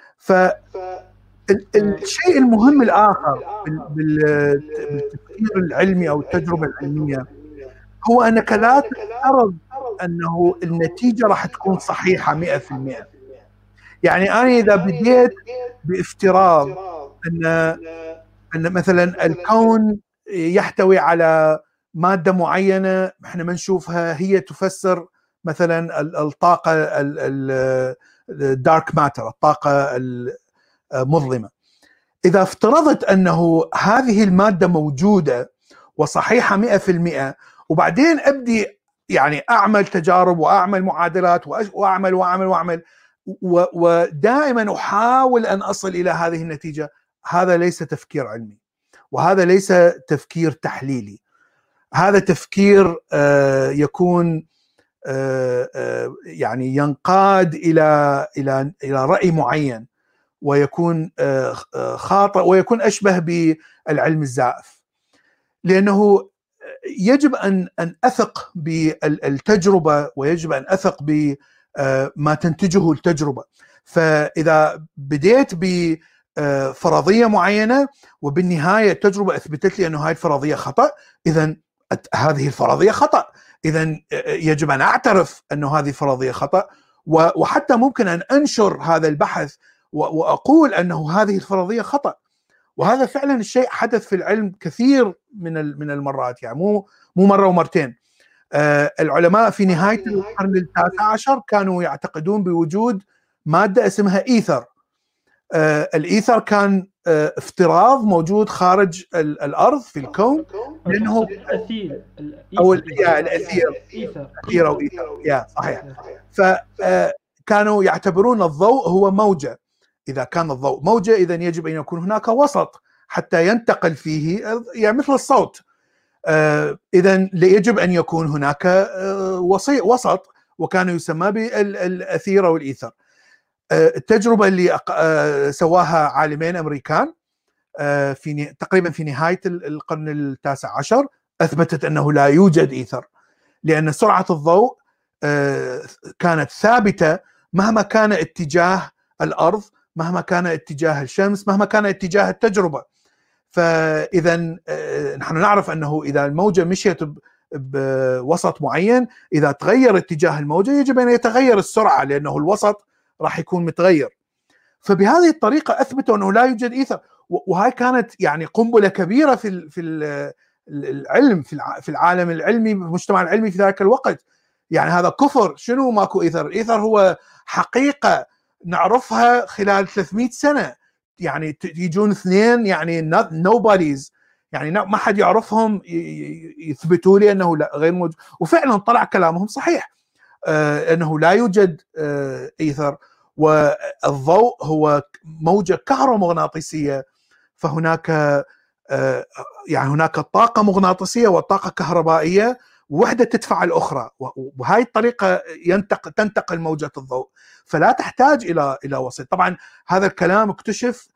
فالشيء المهم الآخر بالتفكير العلمي أو التجربة العلمية هو أنك لا تفترض أنه النتيجة راح تكون صحيحة 100%. يعني أنا إذا بديت بافتراض أن مثلا الكون يحتوي على مادة معينة احنا ما نشوفها، هي تفسر مثلا الطاقة الدارك ماتر، الطاقة المظلمة. إذا افترضت أنه هذه المادة موجودة وصحيحة 100%، وبعدين أبدي يعني أعمل تجارب وأعمل معادلات وأعمل ودائما أحاول أن أصل إلى هذه النتيجة، هذا ليس تفكير علمي، وهذا ليس تفكير تحليلي. هذا تفكير يكون يعني ينقاد إلى رأي معين، ويكون خاطئ، ويكون أشبه بالعلم الزائف، لأنه يجب أن أثق بالتجربة، ويجب أن أثق بما تنتجه التجربة. فإذا بديت بفرضية معينة وبالنهاية التجربة أثبتت لي أنه هاي الفرضية خطأ، إذن هذه الفرضية خطأ، إذن يجب أن أعترف أنه هذه الفرضية خطأ، وحتى ممكن أن أنشر هذا البحث وأقول أنه هذه الفرضية خطأ. وهذا فعلا الشيء حدث في العلم كثير من المرات، يعني مو مرة ومرتين. العلماء في نهاية القرن ال19 كانوا يعتقدون بوجود مادة اسمها إيثر. الإيثر كان افتراض موجود خارج الأرض في الكون، لأنه الأثيل أو الأثير أو إيثر صحيح. فكانوا يعتبرون الضوء هو موجة. إذا كان الضوء موجة إذا يجب أن يكون هناك وسط حتى ينتقل فيه، يعني مثل الصوت. إذا يجب أن يكون هناك وسط، وكان يسمى بالأثير أو الإيثر. التجربة اللي سواها عالمين أمريكان في تقريبا في نهاية القرن التاسع عشر أثبتت أنه لا يوجد إيثر، لأن سرعة الضوء كانت ثابتة مهما كان اتجاه الأرض، مهما كان اتجاه الشمس، مهما كان اتجاه التجربة. فإذا نحن نعرف أنه إذا الموجة مشيت بوسط معين، إذا تغير اتجاه الموجة يجب أن يتغير السرعة، لأنه الوسط راح يكون متغير. فبهذه الطريقة أثبتوا أنه لا يوجد إيثر، وهاي كانت يعني قنبلة كبيرة في العلم، في العالم العلمي، في المجتمع العلمي في ذلك الوقت. يعني هذا كفر، شنو ماكو إيثر؟ الإيثر هو حقيقة نعرفها خلال 300 سنة، يعني يجون اثنين يعني nobody's، يعني ما حد يعرفهم يثبتوا لي أنه لا غير موجود، وفعلا طلع كلامهم صحيح، أنه لا يوجد إيثر، والضوء هو موجة كهرومغناطيسية. فهناك يعني هناك طاقة مغناطيسية وطاقة كهربائية، وحدة تدفع الأخرى، وبهاي الطريقة تنتقل موجة الضوء، فلا تحتاج إلى وسيط. طبعا هذا الكلام اكتشف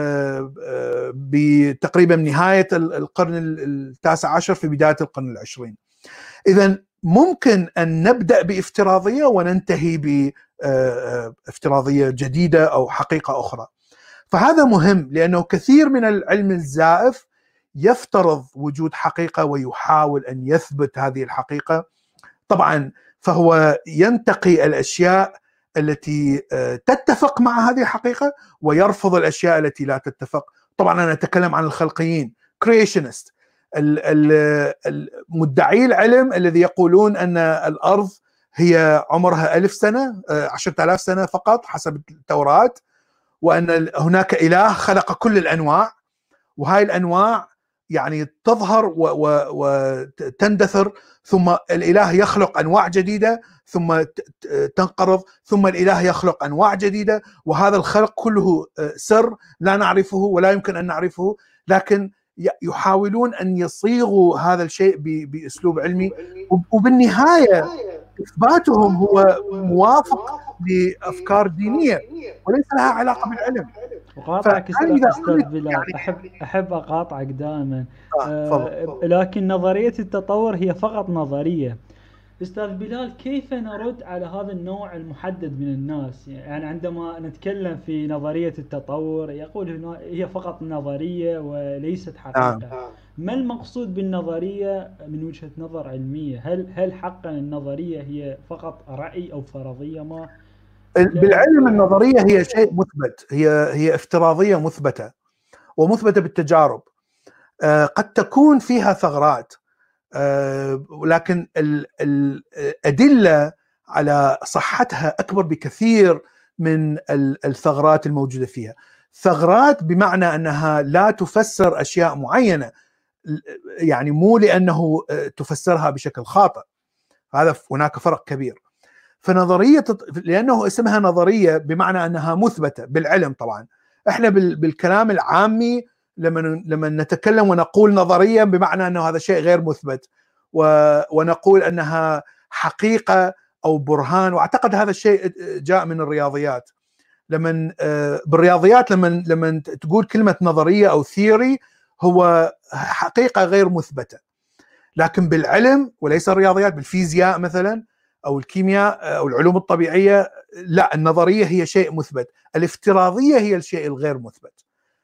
بتقريبا نهاية القرن التاسع عشر في بداية القرن العشرين. إذن ممكن أن نبدأ بافتراضية وننتهي بافتراضية جديدة أو حقيقة أخرى. فهذا مهم، لأنه كثير من العلم الزائف يفترض وجود حقيقة ويحاول أن يثبت هذه الحقيقة. طبعا فهو ينتقي الأشياء التي تتفق مع هذه الحقيقة ويرفض الأشياء التي لا تتفق. طبعا أنا أتكلم عن الخلقيين creationist، مدعي العلم الذي يقولون أن الأرض هي عمرها 1000 سنة 10,000 سنة فقط حسب التوراة، وأن هناك إله خلق كل الأنواع، وهاي الأنواع يعني تظهر وتندثر، ثم الإله يخلق أنواع جديدة، ثم تنقرض، ثم الإله يخلق أنواع جديدة، وهذا الخلق كله سر لا نعرفه ولا يمكن أن نعرفه، لكن يحاولون أن يصيغوا هذا الشيء بأسلوب علمي، وبالنهاية إثباتهم هو موافق لأفكار دينية وليس لها علاقة بالعلم. وقاطعك أستاذ بلال، أحب أقاطعك دائما، لكن نظرية التطور هي فقط نظرية. أستاذ بلال، كيف نرد على هذا النوع المحدد من الناس؟ يعني عندما نتكلم في نظرية التطور يقول هي فقط نظرية وليست حقيقة. ما المقصود بالنظرية من وجهة نظر علمية؟ هل حقا النظرية هي فقط رأي أو فرضية ما؟ بالعلم النظرية هي شيء مثبت، هي افتراضية مثبتة ومثبتة بالتجارب. قد تكون فيها ثغرات، ولكن الأدلة على صحتها أكبر بكثير من الثغرات الموجودة فيها. ثغرات بمعنى أنها لا تفسر أشياء معينة، يعني مو لأنه تفسرها بشكل خاطئ، هذا هناك فرق كبير. فنظرية لأنه اسمها نظرية بمعنى أنها مثبتة بالعلم. طبعا احنا بالكلام العامي لما نتكلم ونقول نظرية بمعنى أنه هذا شيء غير مثبت، ونقول أنها حقيقة أو برهان، وأعتقد هذا الشيء جاء من الرياضيات. بالرياضيات لما تقول كلمة نظرية أو ثيوري هو حقيقة غير مثبتة. لكن بالعلم وليس الرياضيات، بالفيزياء مثلا أو الكيمياء أو العلوم الطبيعية، لا، النظرية هي شيء مثبت، الافتراضية هي الشيء الغير مثبت.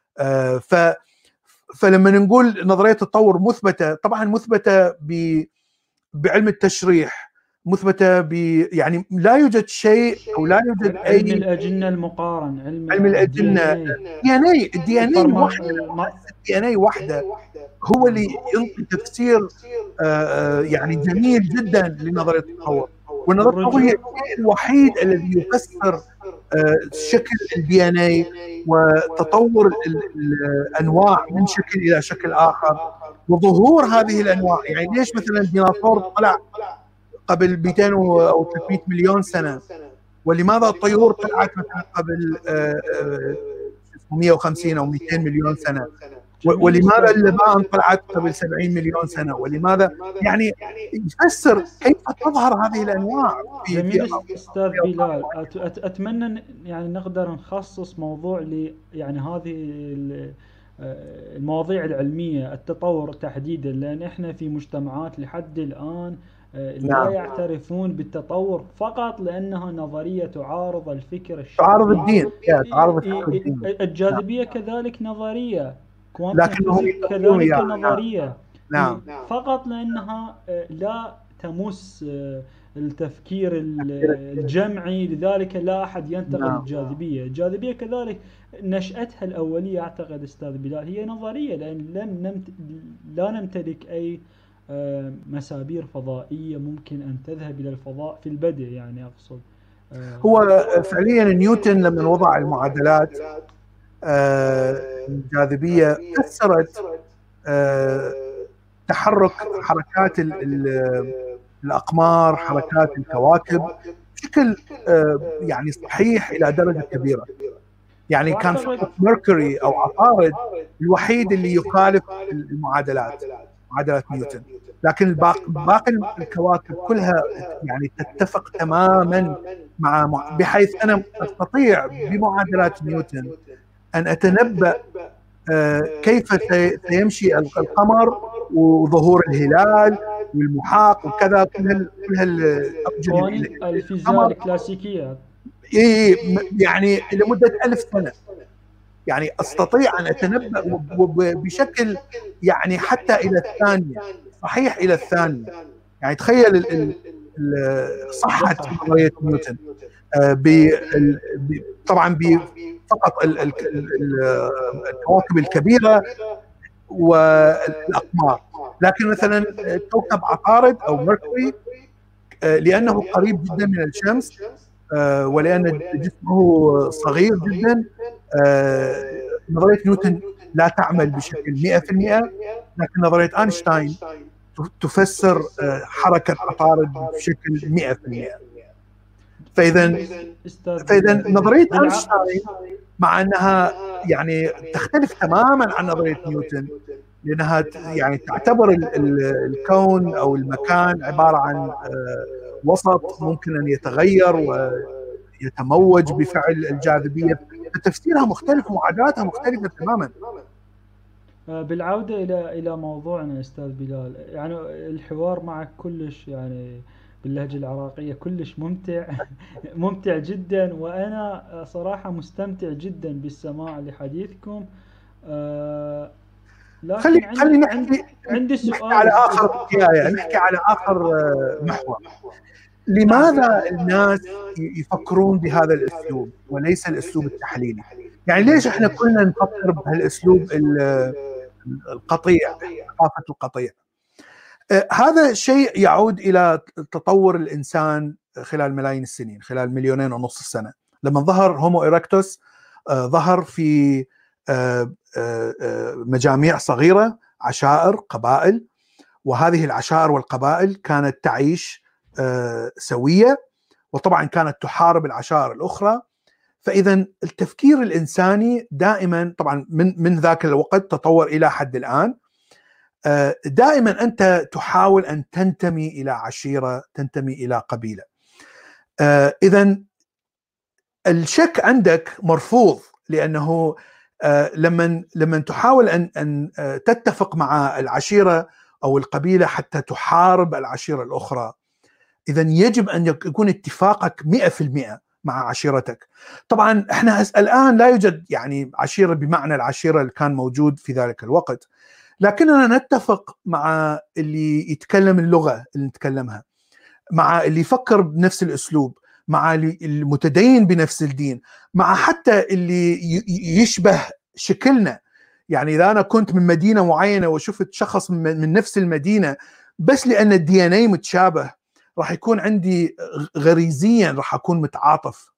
فلما نقول نظرية التطور مثبتة، طبعا مثبتة بعلم التشريح، مثبتة يعني لا يوجد شيء أو لا يوجد أي علم الأجنة المقارن، علم الأجنة، الدي ان اي وحده هو اللي ينطي تفسير يعني جميل جدا لنظرية التطور. والنظرية التطور هي الشيء الوحيد الذي يفسر شكل الدي ان اي وتطور الانواع من شكل الى شكل اخر وظهور هذه الانواع. يعني ليش مثلا الديناصور طلع قبل 200 او 300 مليون سنه، ولماذا الطيور طلعت مثلا قبل 150 او 200 مليون سنه، ولماذا اللبان طلعت قبل 70 مليون سنه، ولماذا يعني يفسر كيف تظهر هذه الانواع. جميل استاذ بلال، اتمنى يعني نقدر نخصص موضوع يعني هذه المواضيع العلميه، التطور تحديدا، لان احنا في مجتمعات لحد الان لا يعترفون بالتطور فقط لانها نظريه تعارض الفكر الشرعي، تعارض الدين، تعارض الدين. الجاذبيه كذلك نظريه، لكنه كذلك نظريه، نعم. فقط لانها لا تمس التفكير الجمعي، لذلك لا احد ينتقد الجاذبيه. الجاذبيه كذلك نشأتها الاوليه اعتقد استاذ بلال هي نظريه، لان لا نمتلك اي مسابير فضائيه ممكن ان تذهب الى الفضاء في البدء، يعني اقصد هو فعليا نيوتن لما وضع المعادلات الجاذبيه فسرت تحرك حركات الأقمار، حركات الكواكب بشكل يعني صحيح إلى درجة كبيرة. يعني كان فقط ميركوري أو عطارد الوحيد اللي يخالف المعادلات، معادلات نيوتن، لكن باقي الكواكب كلها يعني تتفق تماما بحيث أنا أستطيع بمعادلات نيوتن أن أتنبأ كيف سيمشي القمر وظهور الهلال والمحاق وكذا، كل قوانين الفيزياء الكلاسيكية يعني لمدة 1000 سنة. يعني أستطيع أن أتنبأ بشكل يعني حتى إلى الثانية، صحيح إلى الثانية. يعني تخيل صحة نظرية نيوتن طبعا فقط الكواكب الكبيرة والأقمار، لكن مثلا كوكب عطارد أو ميركوري لأنه قريب جدا من الشمس ولأن جسمه صغير جدا نظرية نيوتن لا تعمل بشكل 100%، لكن نظرية أينشتاين تفسر حركة عطارد بشكل 100%. فإذا نظرية أينشتاين مع أنها يعني تختلف تماما عن نظرية نيوتن، لأنها يعني تعتبر الكون أو المكان عبارة عن وسط ممكن أن يتغير ويتموج بفعل الجاذبية، تفسيرها مختلف ومعادلاتها مختلفة تماما. بالعودة إلى موضوعنا أستاذ بلال، يعني الحوار معك كلش يعني باللهجة العراقية كلش ممتع ممتع جدا، وأنا صراحة مستمتع جدا بالسماع لحديثكم. لكن عندي سؤال على آخر حكاية، نحكي على آخر محور. لماذا الناس يفكرون بهذا الأسلوب وليس الأسلوب التحليلي؟ يعني ليش احنا كلنا نفكر بهالأسلوب القطيع، ثقافة القطيع؟ هذا شيء يعود إلى تطور الإنسان خلال ملايين السنين، خلال 2.5 مليون سنة. لما ظهر هومو إيركتوس ظهر في مجاميع صغيرة، عشائر، قبائل، وهذه العشائر والقبائل كانت تعيش سوية، وطبعا كانت تحارب العشائر الأخرى. فإذا التفكير الإنساني دائما طبعا من ذاك الوقت تطور إلى حد الآن، دائما أنت تحاول أن تنتمي إلى عشيرة، تنتمي إلى قبيلة. إذا الشك عندك مرفوض، لأنه لما تحاول أن تتفق مع العشيرة أو القبيلة حتى تحارب العشيرة الأخرى، إذا يجب أن يكون اتفاقك 100% مع عشيرتك. طبعا احنا الآن لا يوجد يعني عشيرة بمعنى العشيرة اللي كان موجود في ذلك الوقت، لكننا نتفق مع اللي يتكلم اللغة اللي نتكلمها، مع اللي يفكر بنفس الأسلوب، مع المتدين بنفس الدين، مع حتى اللي يشبه شكلنا. يعني إذا أنا كنت من مدينة معينة وشفت شخص من نفس المدينة، بس لأن الدي ان اي متشابه راح يكون عندي غريزيا راح أكون متعاطف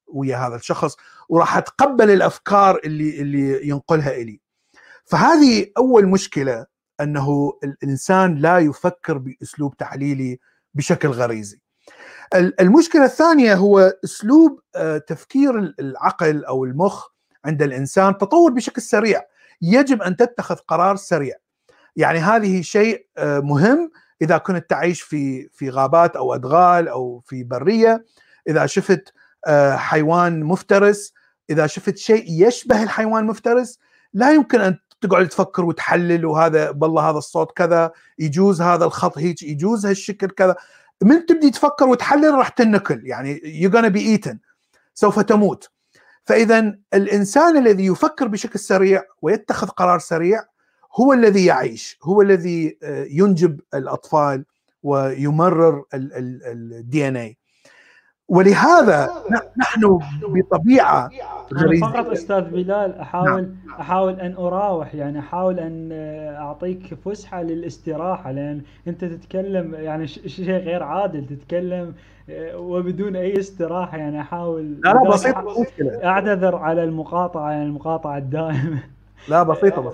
ويا هذا الشخص، وراح اتقبل الافكار اللي ينقلها الي. فهذه اول مشكله، انه الانسان لا يفكر باسلوب تحليلي بشكل غريزي. المشكله الثانيه هو اسلوب تفكير العقل او المخ عند الانسان تطور بشكل سريع، يجب ان تتخذ قرار سريع. يعني هذه شيء مهم اذا كنت تعيش في غابات او ادغال او في بريه، اذا شفت حيوان مفترس، اذا شفت شيء يشبه الحيوان المفترس، لا يمكن ان تقعد تفكر وتحلل، وهذا بالله هذا الصوت كذا، يجوز هذا الخط هيك، يجوز هالشكل كذا. من تبدي تفكر وتحلل راح تنكل، يعني you're gonna be eaten، سوف تموت. فإذا الإنسان الذي يفكر بشكل سريع ويتخذ قرار سريع هو الذي يعيش، هو الذي ينجب الأطفال ويمرر الدي ان اي. ولهذا نحن بطبيعة غريزية. فقط أستاذ بلال أحاول أن أراوح، يعني أحاول أن أعطيك فسحة للاستراحة، لأن أنت تتكلم يعني شيء غير عادل، تتكلم وبدون أي استراحة. يعني أحاول لا بسيطة، أعتذر على المقاطعة، يعني المقاطعة الدائمة. لا بسيطة.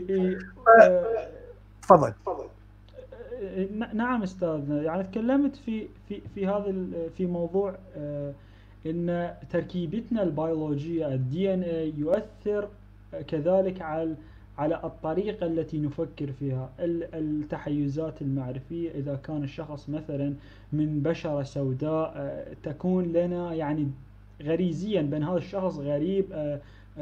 تفضل. نعم أستاذنا، يعني تكلمت في هذا في موضوع إن تركيبتنا البيولوجية الدي ان اي يؤثر كذلك على الطريقة التي نفكر فيها، التحيزات المعرفية. إذا كان الشخص مثلا من بشرة سوداء تكون لنا يعني غريزيا بأن هذا الشخص غريب،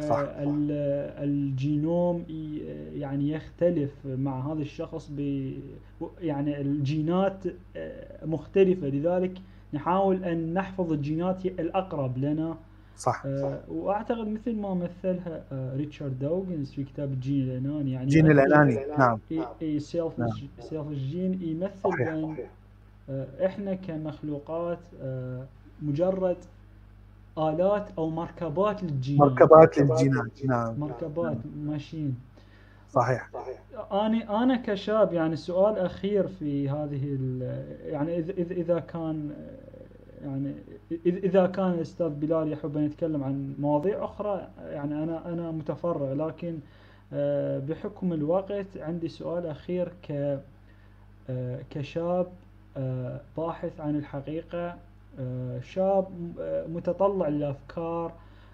الجينوم يعني يختلف مع هذا الشخص، يعني الجينات مختلفة، لذلك نحاول أن نحفظ الجينات الأقرب لنا. صح. وأعتقد مثل ما مثلها ريتشارد دوغنز في كتاب الجين الأناني، يعني الجين الأناني. نعم. سيلف الجين يمثل بأن إحنا كمخلوقات مجرد آلات أو مركبات للجينات. نعم. مركبات ماشين. صحيح. أنا كشاب، يعني سؤال أخير في هذه يعني إذا كان يعني إذا كان الأستاذ بلال يحب أن يتكلم عن مواضيع أخرى، يعني أنا متفرغ، لكن بحكم الوقت عندي سؤال أخير كشاب باحث عن الحقيقة، شاب متطلع للأفكار،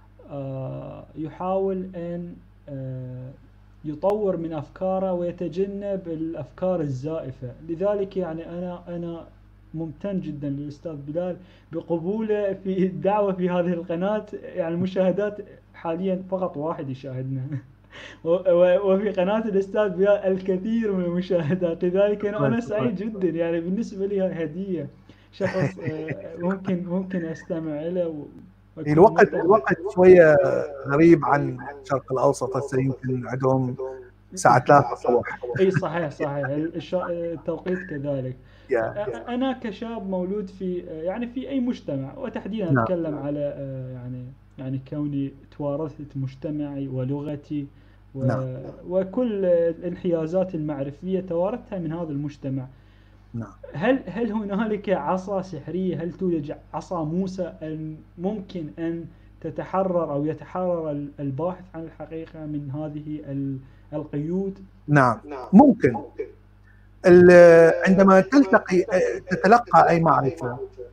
يحاول أن يطور من أفكاره ويتجنب الأفكار الزائفة. لذلك يعني أنا ممتن جدا للأستاذ بلال بقبوله في الدعوة في هذه القناة. يعني المشاهدات حاليا فقط واحد يشاهدنا وفي قناة الأستاذ بلال الكثير من المشاهدات، لذلك أنا سعيد جدا. يعني بالنسبة لي هدية، شخص ممكن أستمع له. الوقت شوية غريب عن الشرق الأوسط، هسه يمكن عندهم الساعة 3 الصبح. اي صحيح التوقيت كذلك. أنا كشاب مولود في أي مجتمع، وتحديدا أتكلم على يعني كوني توارثت مجتمعي ولغتي وكل الانحيازات المعرفية توارثتها من هذا المجتمع. هل هنالك عصا سحرية، هل توجد عصا موسى أن ممكن أن تتحرر أو يتحرر الباحث عن الحقيقة من هذه القيود؟ نعم ممكن. عندما تتلقى أي معرفة،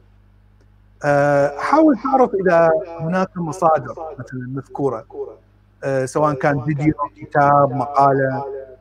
حاول تعرف إذا هناك مصادر مثلا مذكورة، سواء كان فيديو، كتاب، مقالة.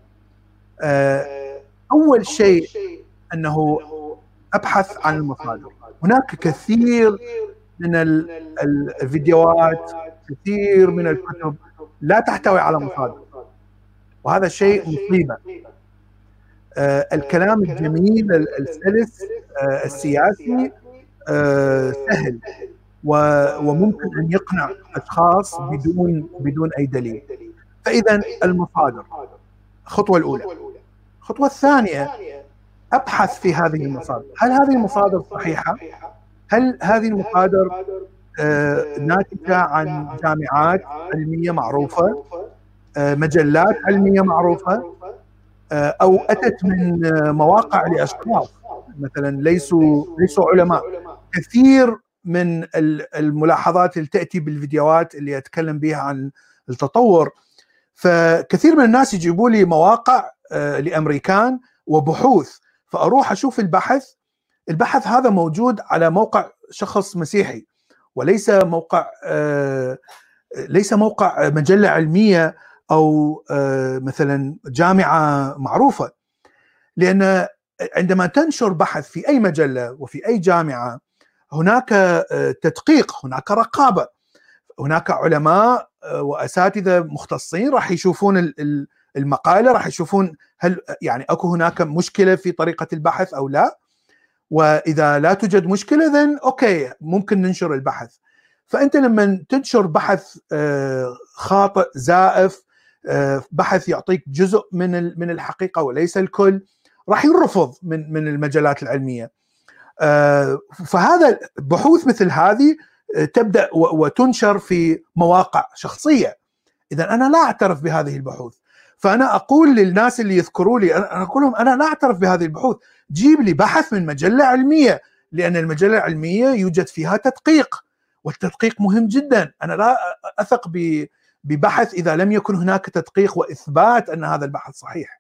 أول شيء أنه أبحث عن المصادر. هناك كثير من الفيديوهات، كثير من الكتب لا تحتوي على مصادر، وهذا شيء مصيبة. الكلام الجميل السلس السياسي سهل وممكن أن يقنع أشخاص بدون أي دليل. فإذا المصادر الخطوة الأولى. الخطوة الثانية، أبحث في هذه المصادر. هل هذه المصادر صحيحة؟ هل هذه المصادر ناتجة عن جامعات علمية معروفة، مجلات علمية معروفة، أو أتت من مواقع لأشخاص مثلا ليسوا علماء؟ كثير من الملاحظات اللي تأتي بالفيديوهات اللي أتكلم بها عن التطور. فكثير من الناس يجيبوا لي مواقع لأمريكان وبحوث، فأروح أشوف البحث هذا موجود على موقع شخص مسيحي، وليس موقع مجلة علمية أو مثلا جامعة معروفة. لأن عندما تنشر بحث في أي مجلة وفي أي جامعة هناك تدقيق، هناك رقابة، هناك علماء وأساتذة مختصين راح يشوفون المقالة، راح يشوفون هل يعني أكو هناك مشكلة في طريقة البحث أو لا، وإذا لا توجد مشكلة ذن أوكي ممكن ننشر البحث. فأنت لما تنشر بحث خاطئ زائف، بحث يعطيك جزء من الحقيقة وليس الكل، راح يرفض من المجلات العلمية. فهذا بحوث مثل هذه تبدأ وتنشر في مواقع شخصية. إذا أنا لا أعترف بهذه البحوث، فأنا أقول للناس اللي يذكروا لي، أنا أقول لهم أنا لا أعترف بهذه البحوث، جيب لي بحث من مجلة علمية، لأن المجلة العلمية يوجد فيها تدقيق، والتدقيق مهم جدا. أنا لا أثق ببحث إذا لم يكن هناك تدقيق وإثبات أن هذا البحث صحيح.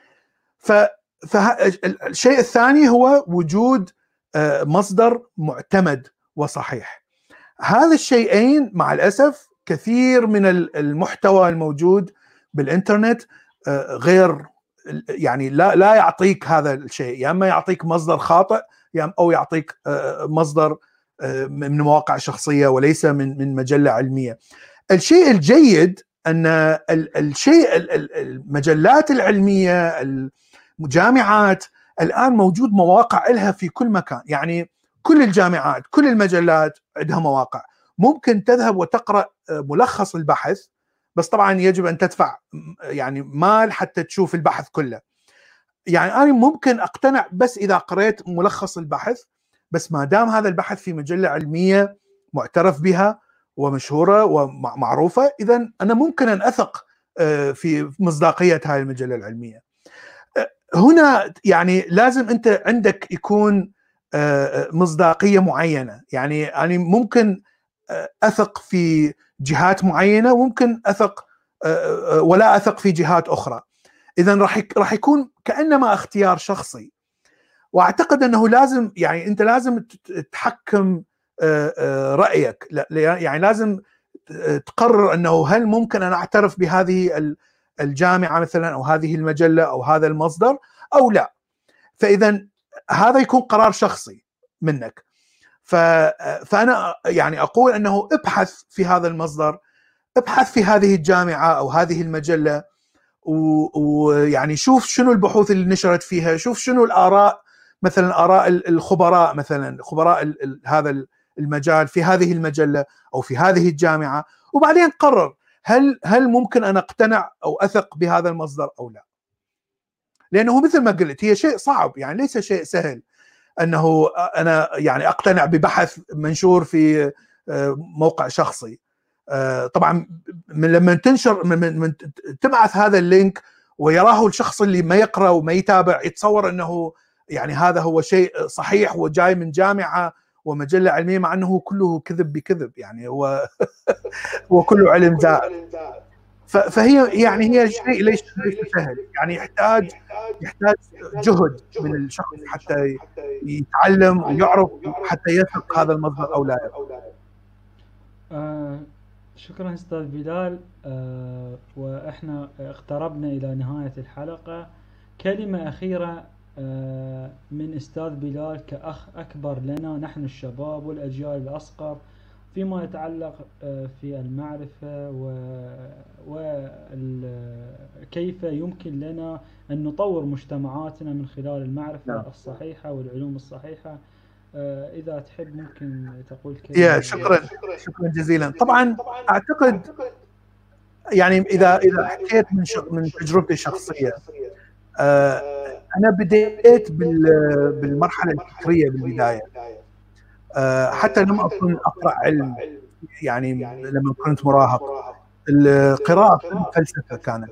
فالشيء الثاني هو وجود مصدر معتمد وصحيح. هذا الشيئين مع الأسف كثير من المحتوى الموجود بالإنترنت غير، يعني لا يعطيك هذا الشيء، يا اما يعطيك مصدر خاطئ او يعطيك مصدر من مواقع شخصية وليس من مجلة علمية. الشيء الجيد أن المجلات العلمية، الجامعات الآن موجود مواقع لها في كل مكان، يعني كل الجامعات كل المجلات عندها مواقع، ممكن تذهب وتقرأ ملخص البحث، بس طبعا يجب أن تدفع يعني مال حتى تشوف البحث كله. يعني أنا ممكن أقتنع بس إذا قرأت ملخص البحث، بس ما دام هذا البحث في مجلة علمية معترف بها ومشهورة ومعروفة، إذن أنا ممكن أن أثق في مصداقية هذه المجلة العلمية. هنا يعني لازم أنت عندك يكون مصداقية معينة، يعني أنا ممكن أثق في جهات معينة وممكن أثق ولا أثق في جهات أخرى. إذن راح يكون كأنما اختيار شخصي، وأعتقد أنه لازم يعني أنت لازم تحكم رأيك، يعني لازم تقرر أنه هل ممكن أن أعترف بهذه الجامعة مثلا أو هذه المجلة أو هذا المصدر أو لا. فإذا هذا يكون قرار شخصي منك. فأنا يعني أقول أنه ابحث في هذا المصدر، ابحث في هذه الجامعة أو هذه المجلة، ويعني شوف شنو البحوث اللي نشرت فيها، شوف شنو الآراء، مثلا آراء الخبراء، مثلا خبراء هذا المجال في هذه المجلة أو في هذه الجامعة، وبعدين قرر هل ممكن أن أقتنع أو أثق بهذا المصدر أو لا. لأنه مثل ما قلت هي شيء صعب، يعني ليس شيء سهل أنه أنا يعني أقتنع ببحث منشور في موقع شخصي. طبعا لما تنشر من تبعث هذا اللينك ويراه الشخص اللي ما يقرأ وما يتابع، يتصور أنه يعني هذا هو شيء صحيح وجاي من جامعة ومجلة علمية، مع أنه كله كذب بكذب، يعني هو كله علم زائف. فهي يعني هي شيء ليس سهل، يعني يحتاج جهد من الشخص حتى يتعلم ويعرف حتى يثق هذا المصدر أو لا يثق. شكرا أستاذ بلال. وإحنا اقتربنا إلى نهاية الحلقة. كلمة أخيرة من أستاذ بلال كأخ أكبر لنا نحن الشباب والأجيال الأصغر فيما يتعلق في المعرفة وكيف يمكن لنا أن نطور مجتمعاتنا من خلال المعرفة الصحيحة والعلوم الصحيحة. إذا تحب ممكن تقول كلمة. شكرا جزيلا. طبعا أعتقد يعني إذا حكيت من تجربتي الشخصية، أنا بديت بالمرحلة الفكرية بالبداية، حتى لم أكن أقرأ علم، يعني لما كنت مراهق القراءة في الفلسفة كانت،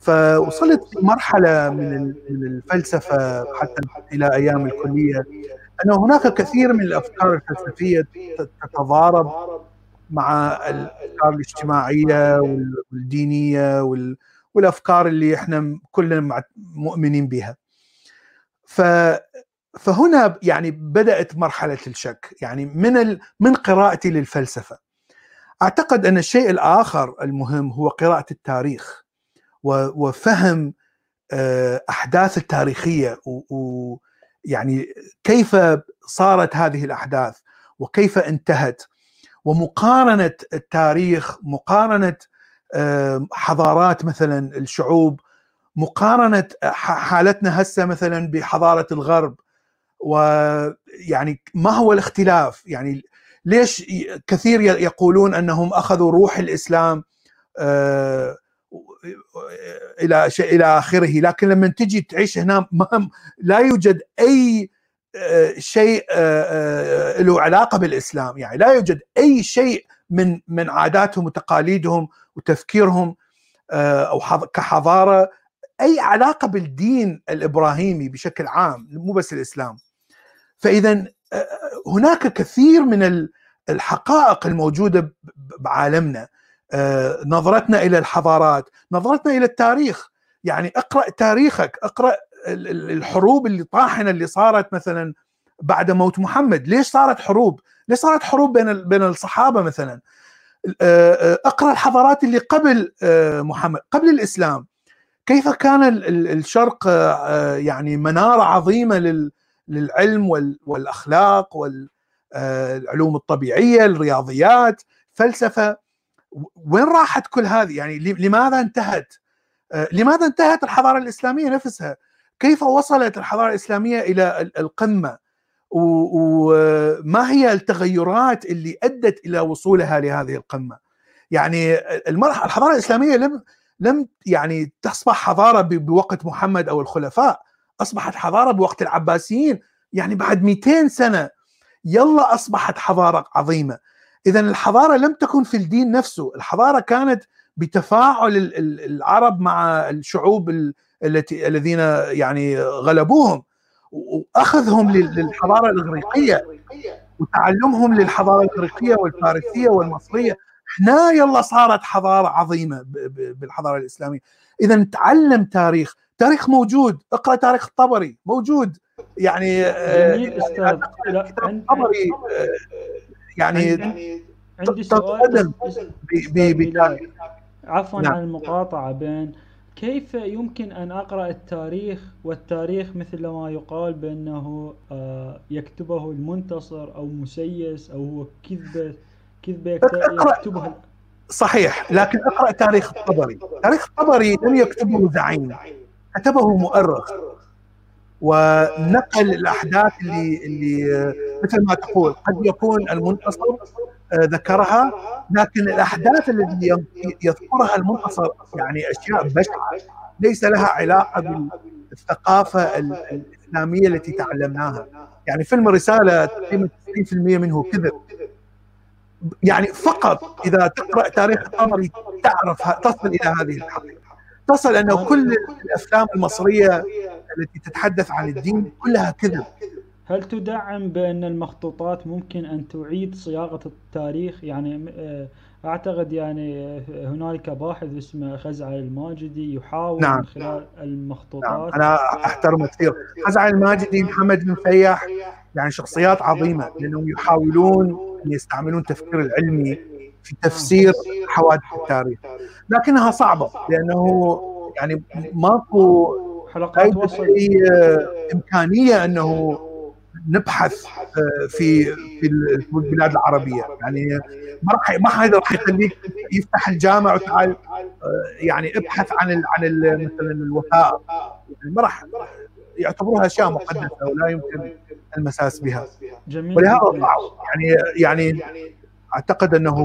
فوصلت مرحلة من الفلسفة حتى إلى أيام الكلية أن هناك كثير من الأفكار الفلسفية تتضارب مع الأفكار الاجتماعية والدينية والأفكار اللي احنا كلنا مؤمنين بها. فهنا يعني بدأت مرحلة الشك، يعني من قراءتي للفلسفة. أعتقد أن الشيء الآخر المهم هو قراءة التاريخ وفهم أحداث التاريخية، ويعني كيف صارت هذه الأحداث وكيف انتهت، ومقارنة التاريخ، مقارنة حضارات مثلا الشعوب، مقارنة حالتنا هسه مثلا بحضارة الغرب، ويعني ما هو الاختلاف. يعني ليش كثير يقولون أنهم أخذوا روح الإسلام إلى آخره، لكن لما تجي تعيش هنا لا يوجد أي شيء له علاقة بالإسلام. يعني لا يوجد أي شيء من عاداتهم وتقاليدهم وتفكيرهم أو كحضارة أي علاقة بالدين الإبراهيمي بشكل عام، مو بس الإسلام. فإذا هناك كثير من الحقائق الموجودة بعالمنا، نظرتنا إلى الحضارات، نظرتنا إلى التاريخ. يعني اقرأ تاريخك، اقرأ الحروب اللي طاحنة اللي صارت مثلا بعد موت محمد. ليش صارت حروب؟ ليش صارت حروب بين الصحابة مثلا؟ اقرأ الحضارات اللي قبل محمد، قبل الإسلام، كيف كان الشرق يعني منارة عظيمة للعلم والأخلاق والعلوم الطبيعية، الرياضيات، فلسفة. وين راحت كل هذه؟ يعني لماذا انتهت؟ لماذا انتهت الحضارة الإسلامية نفسها؟ كيف وصلت الحضارة الإسلامية إلى القمة؟ وما هي التغيرات اللي أدت إلى وصولها لهذه القمة؟ يعني الحضارة الإسلامية لم يعني تصبح حضارة بوقت محمد أو الخلفاء، أصبحت حضارة بوقت العباسيين. يعني بعد 200 سنة يلا أصبحت حضارة عظيمة. إذن الحضارة لم تكن في الدين نفسه، الحضارة كانت بتفاعل العرب مع الشعوب الذين يعني غلبوهم، وأخذهم للحضارة الإغريقية وتعلمهم للحضارة الإغريقية والفارسية والمصرية. هنا يلا صارت حضارة عظيمة بالحضارة الإسلامية. إذا نتعلم تاريخ موجود، اقرأ تاريخ الطبري موجود. يعني جميل أستاذ. كتاب الطبري يعني عندي سؤال تقدم أستاذ بلال، عفوا نعم. عن المقاطعة، بين كيف يمكن أن أقرأ التاريخ، والتاريخ مثل ما يقال بأنه يكتبه المنتصر أو مسيس أو هو كذبة يكتبها. صحيح، لكن اقرأ تاريخ الطبري. تاريخ الطبري لم يكتبه زعيم، كتبه مؤرخ، ونقل الأحداث اللي مثل ما تقول قد يكون المنتصر ذكرها، لكن الأحداث التي يذكرها المنتصر يعني أشياء بشعة ليس لها علاقة بالثقافة الإسلامية التي تعلمناها. يعني فيلم رسالة تقريبا 90% منه كذب. يعني فقط إذا تقرأ تاريخ الطبري تعرف تصل إلى هذه الحقيقة، تصل أنه كل الأفلام المصرية التي تتحدث عن الدين كلها كذب. هل تدعم بأن المخطوطات ممكن أن تعيد صياغة التاريخ؟ يعني أعتقد يعني هنالك باحث اسمه خزعل الماجدي يحاول نعم. من خلال المخطوطات. نعم. أنا أحترمه كثير. خزعل الماجدي، محمد بن فياح، يعني شخصيات عظيمة لأنهم يحاولون أن يستعملون التفكير العلمي في تفسير حوادث التاريخ، لكنها صعبة لأنه يعني ماكو حلقات وصل إمكانية أنه نبحث في البلاد العربية. يعني ما حد راح يخليك يفتح الجامع وتعال يعني ابحث عن مثلا الوثائق، يعني ما راح يعتبروها اشياء مقدسه ولا يمكن المساس بها. جميل ولهذا جدا. صعب. يعني اعتقد انه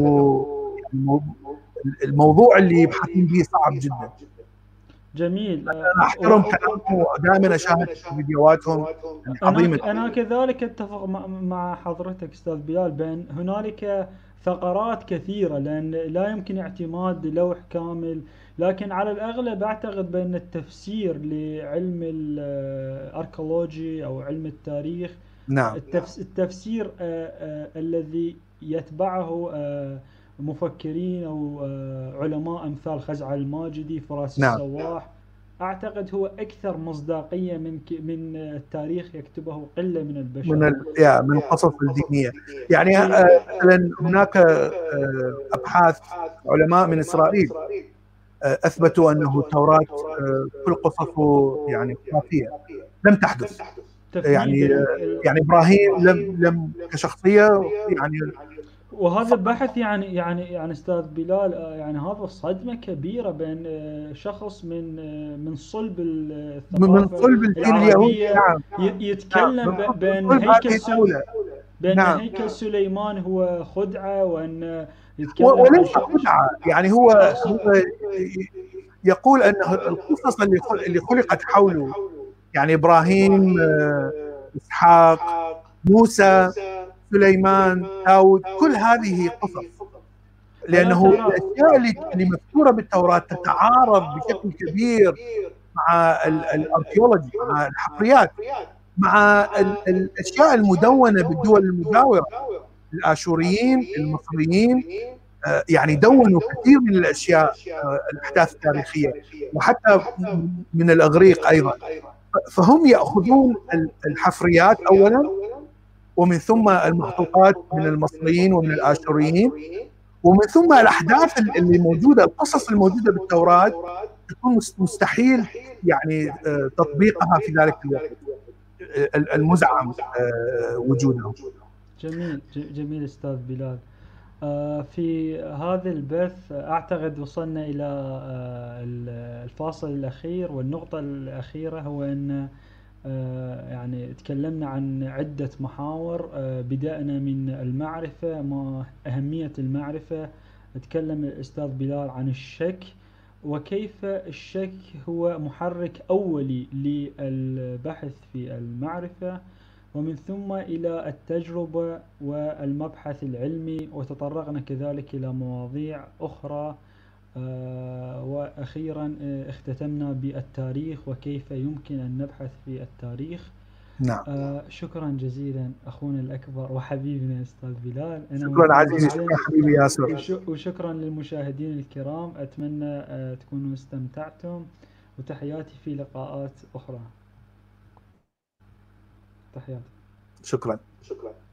الموضوع اللي يبحثون به صعب جدا. جميل. انا احترم كلامهم ودائما اشاهد فيديوهاتهم يعني عظيمه. أنا كذلك أتفق مع حضرتك أستاذ بلال بأن هنالك ثغرات كثيرة، لأن لا يمكن اعتماد لوح كامل، لكن على الأغلب أعتقد بأن التفسير لعلم الأركولوجي أو علم التاريخ نعم. التفسير الذي يتبعه مفكرين أو علماء أمثال خزعل الماجدي، فراس نعم. السواح، أعتقد هو أكثر مصداقية من التاريخ يكتبه قلة من البشر، من القصص الدينية. يعني مثلا هناك أبحاث علماء من إسرائيل أثبتوا أنه التوراة كل قصصه يعني خرافية، لم تحدث. يعني إبراهيم لم كشخصية يعني. وهذا بحث يعني استاذ بلال، يعني هذا صدمه كبيره بين شخص من صلب الثقافه الدين اليهودي. نعم. يتكلم نعم. بان هيكل سليمان هو خدعه، وان يتكلم وليس خدعه، يعني هو يقول ان القصص اللي خلقت حوله، يعني ابراهيم، اسحاق، موسى، سليمان، داود، كل هذه قصص، لأنه الأشياء اللي مذكورة بالتوراة تتعارض بشكل كبير مع الأركيولوجي، مع الحفريات، مع الأشياء المدونة بالدول المجاورة. الآشوريين، المصريين يعني دونوا كثير من الأشياء، الأحداث التاريخية، وحتى من الإغريق أيضا. فهم يأخذون الحفريات أولا، ومن ثم المخطوطات من المصريين ومن الآشوريين، ومن ثم الأحداث اللي موجودة، القصص الموجودة بالتوراة تكون مستحيل يعني تطبيقها في ذلك الوقت المزعم وجوده. جميل أستاذ بلال. في هذا البث أعتقد وصلنا إلى الفاصل الأخير والنقطة الأخيرة، هو أن يعني تكلمنا عن عدة محاور، بدأنا من المعرفة، ما أهمية المعرفة. تكلم الأستاذ بلال عن الشك، وكيف الشك هو محرك أولي للبحث في المعرفة، ومن ثم إلى التجربة والمبحث العلمي، وتطرقنا كذلك إلى مواضيع أخرى، وأخيرا اختتمنا بالتاريخ وكيف يمكن أن نبحث في التاريخ. نعم. شكرا جزيلا أخونا الأكبر وحبيبنا أستاذ بلال. شكرا عزيزي، شكرا حبيبي ياسر، وشكرا للمشاهدين الكرام. أتمنى تكونوا استمتعتم، وتحياتي في لقاءات أخرى. تحياتي. شكرا.